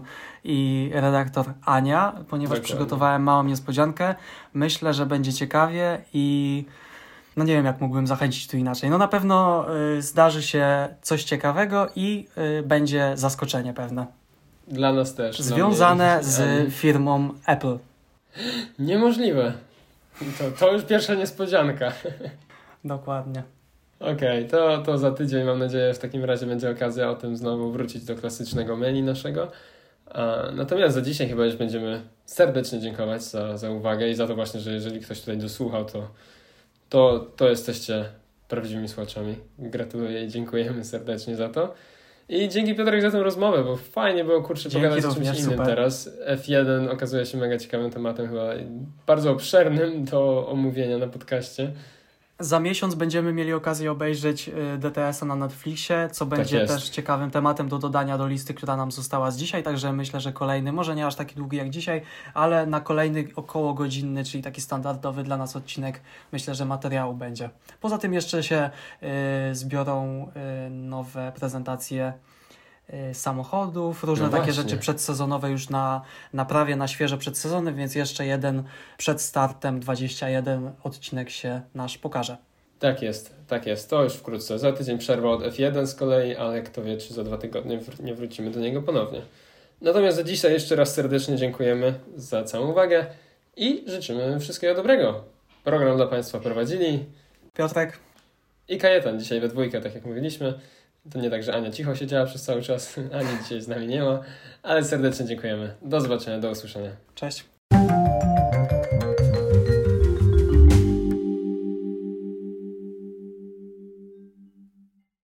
i redaktor Ania, ponieważ Dokładnie. przygotowałem małą niespodziankę. Myślę, że będzie ciekawie i no nie wiem, jak mógłbym zachęcić tu inaczej. No na pewno y, zdarzy się coś ciekawego i y, będzie zaskoczenie pewne. Dla nas też. Związane z Ani. firmą Apple. Niemożliwe. To, to już pierwsza niespodzianka. Dokładnie. Okej, okay, to, to za tydzień mam nadzieję w takim razie będzie okazja o tym znowu wrócić do klasycznego menu naszego. A, natomiast za dzisiaj chyba już będziemy serdecznie dziękować za, za uwagę i za to właśnie, że jeżeli ktoś tutaj dosłuchał, to, to, to jesteście prawdziwymi słuchaczami. Gratuluję i dziękujemy serdecznie za to. I dzięki Piotrek za tę rozmowę, bo fajnie było kurczę dzięki pogadać o czymś innym super. Teraz. F jeden okazuje się mega ciekawym tematem, chyba bardzo obszernym do omówienia na podcaście. Za miesiąc będziemy mieli okazję obejrzeć D T S a na Netflixie, co będzie tak też ciekawym tematem do dodania do listy, która nam została z dzisiaj, także myślę, że kolejny, może nie aż taki długi jak dzisiaj, ale na kolejny około godzinny, czyli taki standardowy dla nas odcinek, myślę, że materiału będzie. Poza tym jeszcze się y, zbiorą y, nowe prezentacje y, samochodów, różne no takie właśnie. rzeczy przedsezonowe już na, na prawie na świeżo przed sezonem, więc jeszcze jeden przed startem dwadzieścia jeden odcinek się nasz pokaże. Tak jest, tak jest. To już wkrótce. Za tydzień przerwa od F jeden z kolei, ale kto wie, czy za dwa tygodnie wr- nie wrócimy do niego ponownie. Natomiast za dzisiaj jeszcze raz serdecznie dziękujemy za całą uwagę i życzymy wszystkiego dobrego. Program dla Państwa prowadzili Piotrek i Kajetan dzisiaj we dwójkę, tak jak mówiliśmy. To nie tak, że Ania cicho siedziała przez cały czas. Ani dzisiaj z nami nie ma, ale serdecznie dziękujemy. Do zobaczenia, do usłyszenia. Cześć.